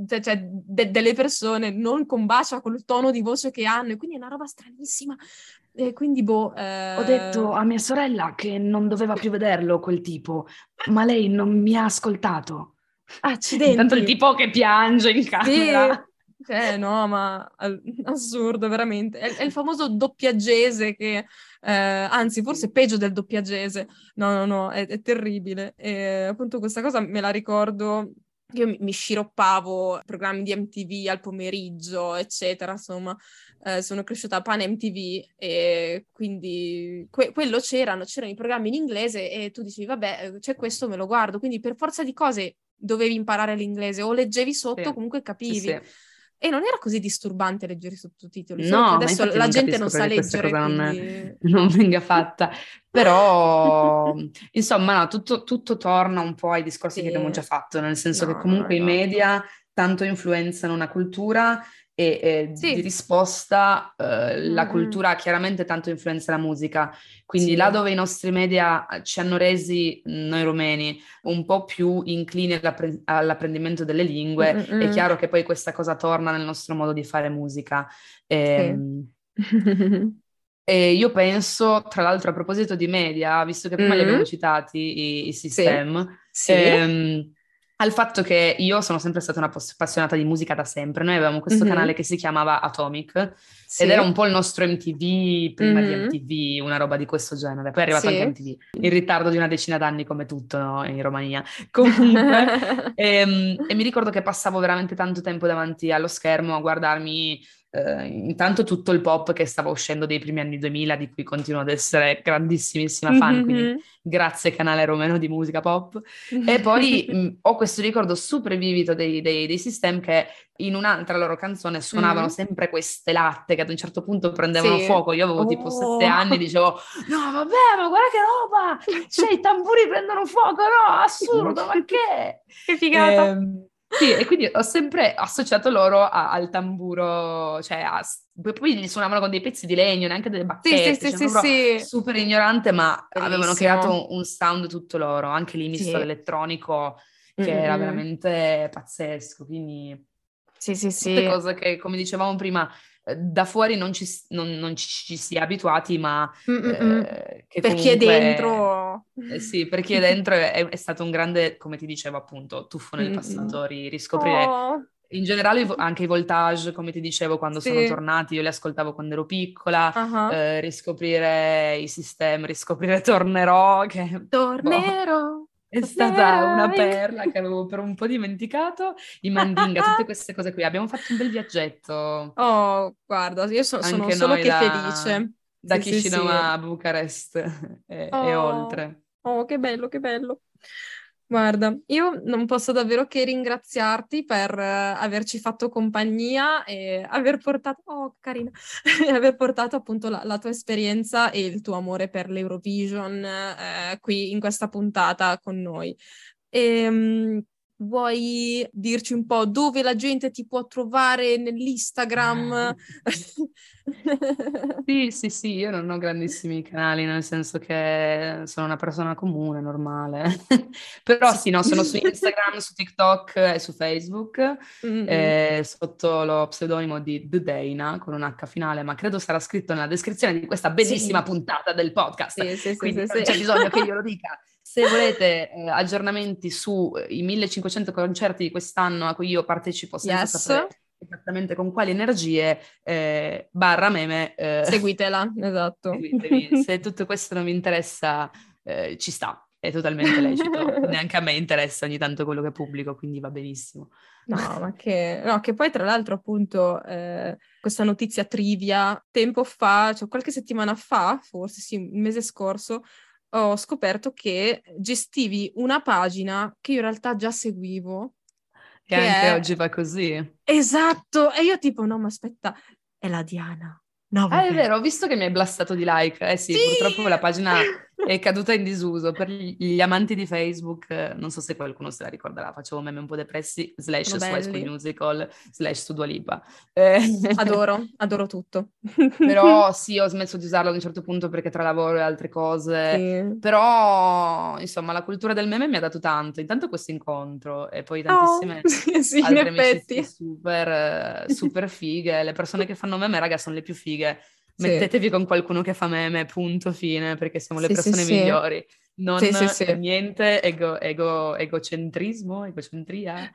delle persone non combacia col tono di voce che hanno, e quindi è una roba stranissima. E quindi, boh, Ho detto a mia sorella che non doveva più vederlo quel tipo, ma lei non mi ha ascoltato. Intanto il accidenti. tipo che piange in Sì, camera. cioè, no, ma assurdo, veramente. È il famoso doppiaggese che, anzi, forse peggio del doppiaggese. No, no, no, è terribile. E appunto questa cosa me la ricordo. Io mi sciroppavo programmi di MTV al pomeriggio, eccetera, insomma, sono cresciuta a Pan MTV e quindi quello c'erano i programmi in inglese e tu dicevi, vabbè, c'è questo, me lo guardo, quindi per forza di cose dovevi imparare l'inglese o leggevi sotto, Sì, comunque sì, capivi. sì. E non era così disturbante leggere i sottotitoli, solo che No, ma adesso infatti la non gente non capisco sa perché questa leggere, cosa quindi... non venga fatta. Però, insomma, no, tutto torna un po' ai discorsi che abbiamo Sì, già fatto, nel senso che no, no, no, comunque i esatto. media tanto influenzano una cultura e di Sì, risposta la mm, cultura chiaramente tanto influenza la musica. Quindi là sì, dove i nostri media ci hanno resi, noi romeni, un po' più inclini all'apprendimento delle mm, lingue, è mm, chiaro che poi questa cosa torna nel nostro modo di fare musica. sì. Ehm, e io penso, tra l'altro, a proposito di media, visto che prima li abbiamo Mm, citati, i sì, system, sì, al fatto che io sono sempre stata una appassionata di musica da sempre. Noi avevamo questo canale mhm, che si chiamava Atomic ed era sì, un po' il nostro MTV prima di mhm, MTV, una roba di questo genere. Poi è arrivato anche sì. MTV, in ritardo di una decina d'anni come tutto, no, in Romania. Comunque, e mi ricordo che passavo veramente tanto tempo davanti allo schermo a guardarmi intanto tutto il pop che stava uscendo dei primi anni 2000, di cui continuo ad essere grandissimissima fan, quindi Mhm. grazie canale romeno di musica pop. E poi ho questo ricordo super vivido dei System che in un'altra loro canzone suonavano Mm, sempre queste latte che ad un certo punto prendevano sì. fuoco. Io avevo tipo 7 anni e Oh. dicevo, no vabbè, ma guarda che roba! Cioè i tamburi prendono fuoco, no? Assurdo, ma che? Che figata. Sì, e quindi ho sempre associato loro al tamburo, cioè poi li suonavano con dei pezzi di legno, neanche delle Sì, sì, bacchette, sì, cioè sì, proprio sì. super ignorante, ma avevano Bellissimo. creato un sound tutto loro, anche lì misto Sì. all'elettronico, Mm, che mm, era mm. veramente pazzesco, quindi Sì, sì, tutte sì. cose che, come dicevamo prima, da fuori non ci si è abituati, ma Mm, mm, mm. che Per chi è comunque... dentro. sì, per chi è dentro è stato un grande, come ti dicevo appunto, tuffo Mm, nel mm, mm. passato, riscoprire Oh, in generale anche i Voltage, come ti dicevo, quando sono sì. tornati, io li ascoltavo quando ero piccola, Ah, riscoprire i System, riscoprire Tornerò, che boh, tornerò, è stata una tornerai. perla che avevo per un po' dimenticato, i Mandinga, tutte queste cose qui. Abbiamo fatto un bel viaggetto, Oh, guarda, io sono anche solo noi che da... felice. da Sì, sì, Chisinau sì. a Bucarest e Oh, oltre. oh, che bello, che bello. Guarda, io non posso davvero che ringraziarti per averci fatto compagnia e aver portato, oh, carina, e aver portato appunto la tua esperienza e il tuo amore per l'Eurovision qui in questa puntata con noi. Vuoi dirci un po' dove la gente ti può trovare nell'Instagram? Sì, sì, sì, io non ho grandissimi canali, nel senso che sono una persona comune, normale. Però Sì. sì, no, sono su Instagram, su TikTok e su Facebook, Mm-mm. sotto lo pseudonimo di The Dana, con un H finale, ma credo sarà scritto nella descrizione di questa bellissima Sì, puntata del podcast, sì, sì, sì, quindi sì, non sì. c'è bisogno che io lo dica. Se volete aggiornamenti sui 1500 concerti di quest'anno a cui io partecipo senza Yes, sapere esattamente con quali energie, barra meme, seguitela, esatto. seguitemi. Se tutto questo non vi interessa, ci sta, è totalmente lecito. Neanche a me interessa ogni tanto quello che pubblico, quindi va benissimo. No, ma che, no, che poi tra l'altro appunto questa notizia trivia, tempo fa, cioè qualche settimana fa, forse sì, il mese scorso, ho scoperto che gestivi una pagina che io in realtà già seguivo, E che anche oggi è... va così. Esatto! E io tipo, no, ma aspetta, è la Diana. No, Ah, è vabbè. vero, ho visto che mi hai blastato di like. Eh sì, Sì! purtroppo la pagina è caduta in disuso. Per gli amanti di Facebook, non so se qualcuno se la ricorderà, facevo meme un po' depressi, slash Sono su High School belli. Musical, slash su Dua Lipa. Eh, Adoro, adoro tutto. Però sì, ho smesso di usarlo ad un certo punto perché tra lavoro e altre cose. Sì. Però, insomma, la cultura del meme mi ha dato tanto. Intanto questo incontro e poi Oh, tantissime sì, in altre amicizie effetti. super, super fighe. Le persone che fanno meme, raga, sono le più fighe. Sì, Mettetevi con qualcuno che fa meme, punto, fine, perché siamo le sì, sì, persone sì. migliori. Non Sì, sì, sì. niente egocentrismo, egocentria,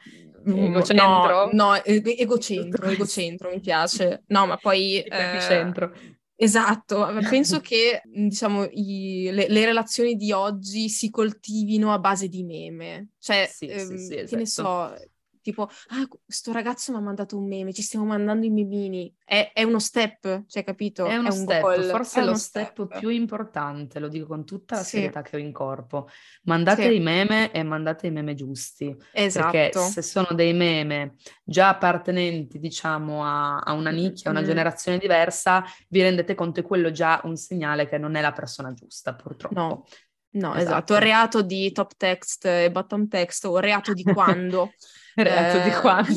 No, egocentro, no, tutto questo. egocentro mi piace. No, ma poi Tipo epicentro. esatto, penso che diciamo le relazioni di oggi si coltivino a base di meme. Cioè, Sì, sì, sì, che ne esatto. so, tipo, ah, sto ragazzo mi ha mandato un meme, ci stiamo mandando i memini. È uno step, cioè, È capito? È uno un step, goal, è forse lo uno step step. più importante, lo dico con tutta la Sì, serietà che ho in corpo. Mandate sì, i meme e mandate i meme giusti, perché esatto. se sono dei meme già appartenenti, diciamo, a una Mm, nicchia, a una mm. generazione diversa, vi rendete conto che quello è già un segnale che non è la persona giusta, No, purtroppo. no, esatto. Esatto. Reato di top text e bottom text o reato di quando. Reato di Eh, quando.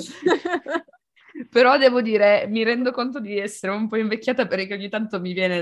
Però devo dire, mi rendo conto di essere un po' invecchiata perché ogni tanto mi viene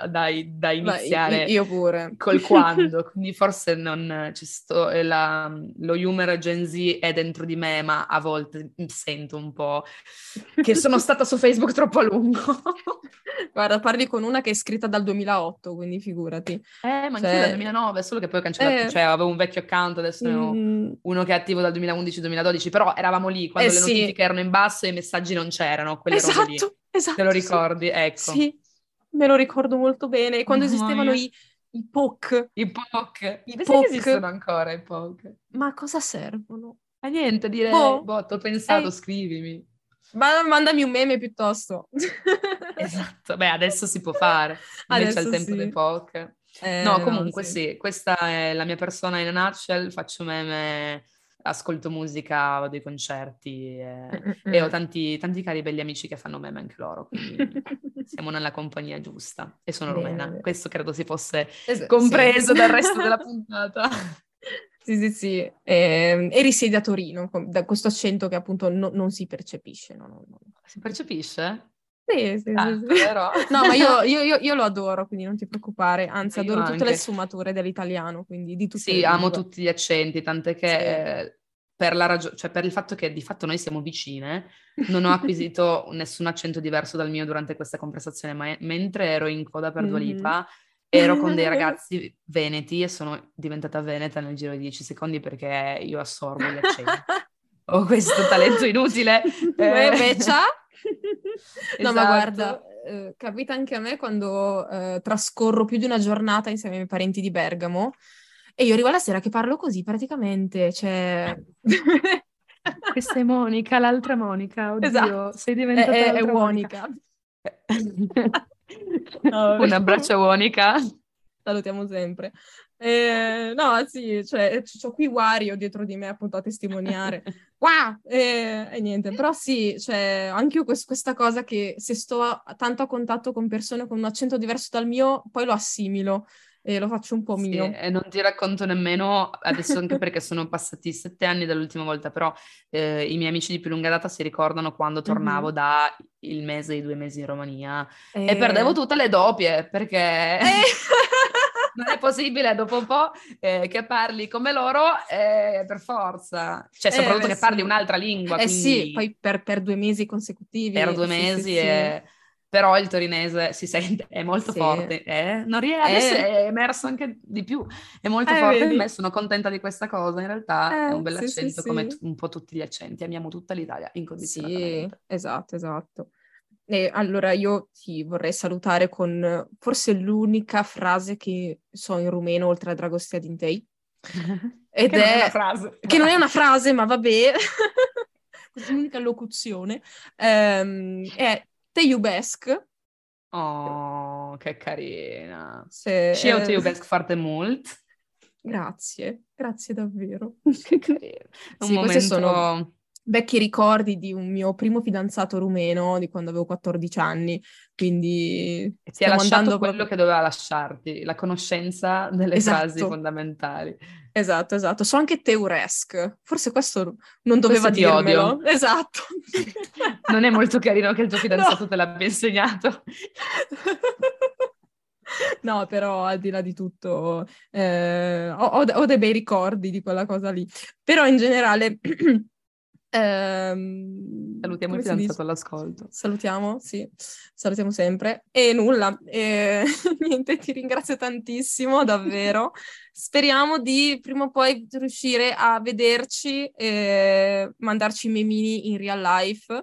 da ma iniziare io pure. col quando, quindi forse non ci sto, lo humor Gen Z è dentro di me, ma a volte sento un po' che sono stata su Facebook troppo a lungo. Guarda, parli con una che è scritta dal 2008, quindi figurati. Ma anch'io dal Cioè, 2009, solo che poi ho cancellato, eh, cioè avevo un vecchio account, adesso ne ho mm, uno che è attivo dal 2011-2012, però eravamo lì eh quando le sì, notifiche erano in basso e i messaggi non c'erano, quelle robe lì. esatto, Te lo esatto, sì. ricordi? Ecco. Sì, me lo ricordo molto bene. Quando Mamma esistevano mia. i POC, I POC. i Pensi che POC, esistono ancora i POC? ma a cosa servono? A niente, dire, Boh, boh, t'ho pensato, ehi, scrivimi. mandami un meme piuttosto. Esatto, beh, adesso si può fare, invece al Adesso tempo dei sì. POC. No, No, comunque sì. sì, questa è la mia persona in a nutshell, faccio meme, ascolto musica, vado ai concerti e ho Mm-mm. tanti, tanti cari belli amici che fanno meme anche loro, quindi siamo nella compagnia giusta e sono Bene, rumena. bene. Questo credo si fosse Sì. compreso dal resto della puntata. Sì, sì, sì. E risiedi a Torino, da questo accento che appunto non si percepisce. No, no, no. Si percepisce? Sì, sì, sì, Tanto, sì. vero? No, ma io lo adoro, quindi non ti preoccupare. Anzi, Io adoro tutte le anche. sfumature dell'italiano, quindi di tutte le Sì, amo lingue. tutti gli accenti, tant'è Sì. che per cioè per il fatto che di fatto noi siamo vicine, non ho acquisito nessun accento diverso dal mio durante questa conversazione, ma mentre ero in coda per Dua Mhm. Lipa, ero con dei ragazzi veneti e sono diventata veneta nel giro di 10 secondi perché io assorbo gli accenti. Ho questo talento inutile. Beccia? No, ma guarda, Esatto. capita anche a me quando trascorro più di una giornata insieme ai miei parenti di Bergamo e io arrivo alla sera che parlo così praticamente, cioè... Questa è Monica, l'altra Monica, Esatto, oddio, sei diventata è l'altra Monica. uonica. No, Un abbraccio a Monica. salutiamo sempre. No, sì, cioè, c'ho qui Wario dietro di me appunto a testimoniare. Wow! E niente, però sì, cioè, anche io questa cosa che se sto tanto a contatto con persone con un accento diverso dal mio, poi lo assimilo e lo faccio un po' Sì, mio. e non ti racconto nemmeno, adesso anche perché sono passati 7 anni dall'ultima volta, però i miei amici di più lunga data si ricordano quando tornavo Mhm. da il mese, i 2 mesi in Romania e perdevo Eh... tutte le doppie perché Eh... non è possibile dopo un po' che parli come loro per forza, cioè soprattutto Beh, che parli sì. un'altra lingua, Eh sì, quindi poi per 2 mesi per consecutivi, due sì, sì, mesi sì. però il torinese si sente, è molto Sì. forte, adesso è emerso anche di più, è molto forte in me, Vedi? sono contenta di questa cosa, in realtà è un Sì, sì, bell'accento come sì. un po' tutti gli accenti, amiamo tutta l'Italia Sì, incondizionatamente. esatto, esatto. E allora io ti vorrei salutare con forse l'unica frase che so in rumeno oltre a Dragostea Dintei. Ed Che non è una è frase, che non è vai. una frase, ma vabbè, questa è l'unica locuzione. È Te iubesc. Oh, che carina. Se, Și eu te iubesc foarte mult. grazie, grazie davvero. Che carino. Un Sì, questi momento. sono vecchi ricordi di un mio primo fidanzato rumeno di quando avevo 14 anni, quindi E ti ha stiamo lasciato andando quello proprio... che doveva lasciarti, la conoscenza delle frasi Esatto, fondamentali. esatto, esatto. So anche Teuresc, forse questo non doveva Questo ti odio. dirmelo. Esatto. Non è molto carino che il tuo No. fidanzato te l'abbia insegnato. No, però al di là di tutto ho dei bei ricordi di quella cosa lì. Però in generale, Salutiamo il come si dice? fidanzato all'ascolto. Salutiamo, sì, salutiamo sempre. E nulla, niente, ti ringrazio tantissimo, davvero. Speriamo di prima o poi riuscire a vederci e mandarci i memini in real life.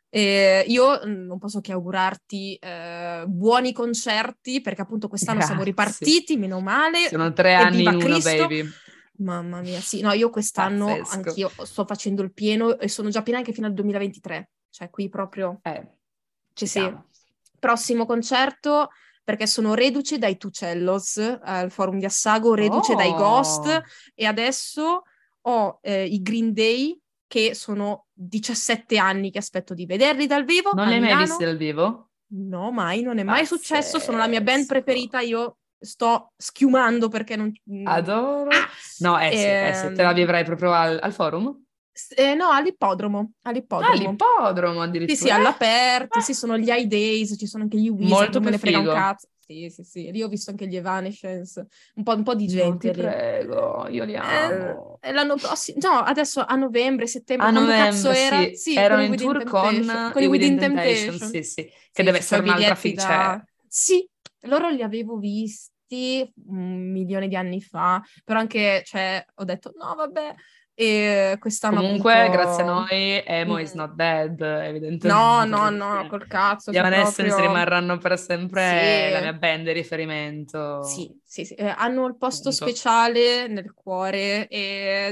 Io non posso che augurarti buoni concerti, perché appunto quest'anno siamo Grazie. ripartiti, meno male, Sono 3 anni in evviva uno, Cristo. baby. Mamma mia, sì, no, io quest'anno Pazzesco. anch'io sto facendo il pieno e sono già piena anche fino al 2023, cioè qui proprio, sì Ci sì. siamo. Prossimo concerto, perché sono reduce dai Tucellos al Forum di Assago, reduce dai Ghost Oh, e adesso ho i Green Day che sono 17 anni che aspetto di vederli dal vivo non a li hai mai visti Milano. dal vivo? No, mai, non è mai successo, sono la mia band Pazzesco. preferita, io sto schiumando perché non... Adoro. Ah! No, sì, te la vivrai proprio al forum? No, all'ippodromo, Ah, all'ippodromo. l'ippodromo Sì, sì, addirittura. all'aperto, sì, sono gli High Days, ci sono anche gli Weezer, Molto non me più ne frega un figo. cazzo. Sì, sì, sì, lì ho visto anche gli Evanescence, un po' di No, ti gente lì. prego, io li amo. E l'anno prossimo, no, adesso a novembre, settembre, A quando cazzo novembre, era? sì, Sì, con erano i in Within tour Temptation. con Con i i Within Within Temptation, Temptation. sì, sì, che Sì, deve c'ho i essere un'altra biglietti figa, cioè, da... Sì, loro li avevo visti 1 milione di anni fa, però anche, cioè, ho detto, no, vabbè, e quest'anno comunque, grazie a appunto... noi, Emo is mm, not dead, No, evidentemente, no, no, perché col cazzo, gli cioè Evanescence proprio... rimarranno per sempre la Sì, mia band di riferimento, sì, sì, sì. Hanno il posto punto. speciale nel cuore e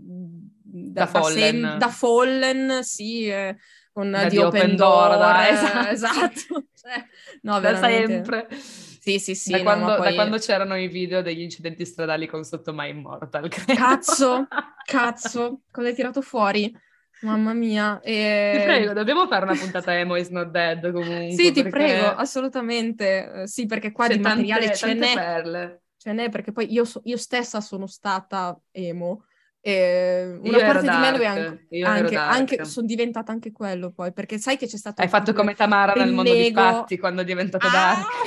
Da da Fallen, Fallen, sì, con da The di Open Open Door, Door, da, esatto, esatto. Cioè, no, da veramente. sempre. Sì, sì, Da sì, no, ma quando, da poi... quando c'erano i video degli incidenti stradali con sotto My Immortal, credo. Cazzo, cazzo, cosa hai tirato fuori? Mamma mia. Ti prego, dobbiamo fare una puntata Emo is not dead Sì, comunque, ti prego, perché assolutamente. Sì, perché qua di c'è materiale tante, tante perle. ce n'è, perché poi io stessa sono stata emo e una Io ero parte di me lo è dark, io ero anche, dark. sono diventata anche quello poi, perché sai che c'è stato Hai fatto come Tamara nel mondo di l'ego. Fatti quando è diventato Ah! dark.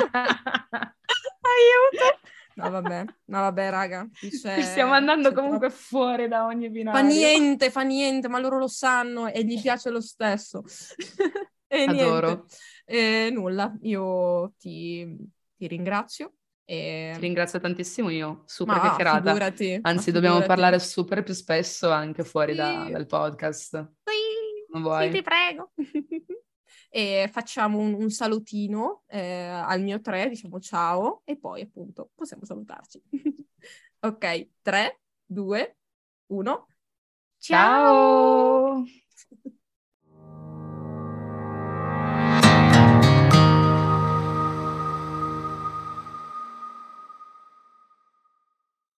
Aiuto! No, vabbè, raga, qui Stiamo andando c'è comunque troppo. fuori da ogni binario. Fa niente, ma loro lo sanno e gli piace lo stesso. E niente, Adoro. nulla, io ti ringrazio, Ti e... ringrazio tantissimo io, super ma chiacchierata. ma Anzi, dobbiamo figurati. parlare super più spesso anche fuori Sì, dal podcast. sì, Non sì, ti vuoi? prego. E facciamo un salutino al mio 3, diciamo ciao, e poi appunto possiamo salutarci. Ok, 3, 2, 1. Ciao! Ciao!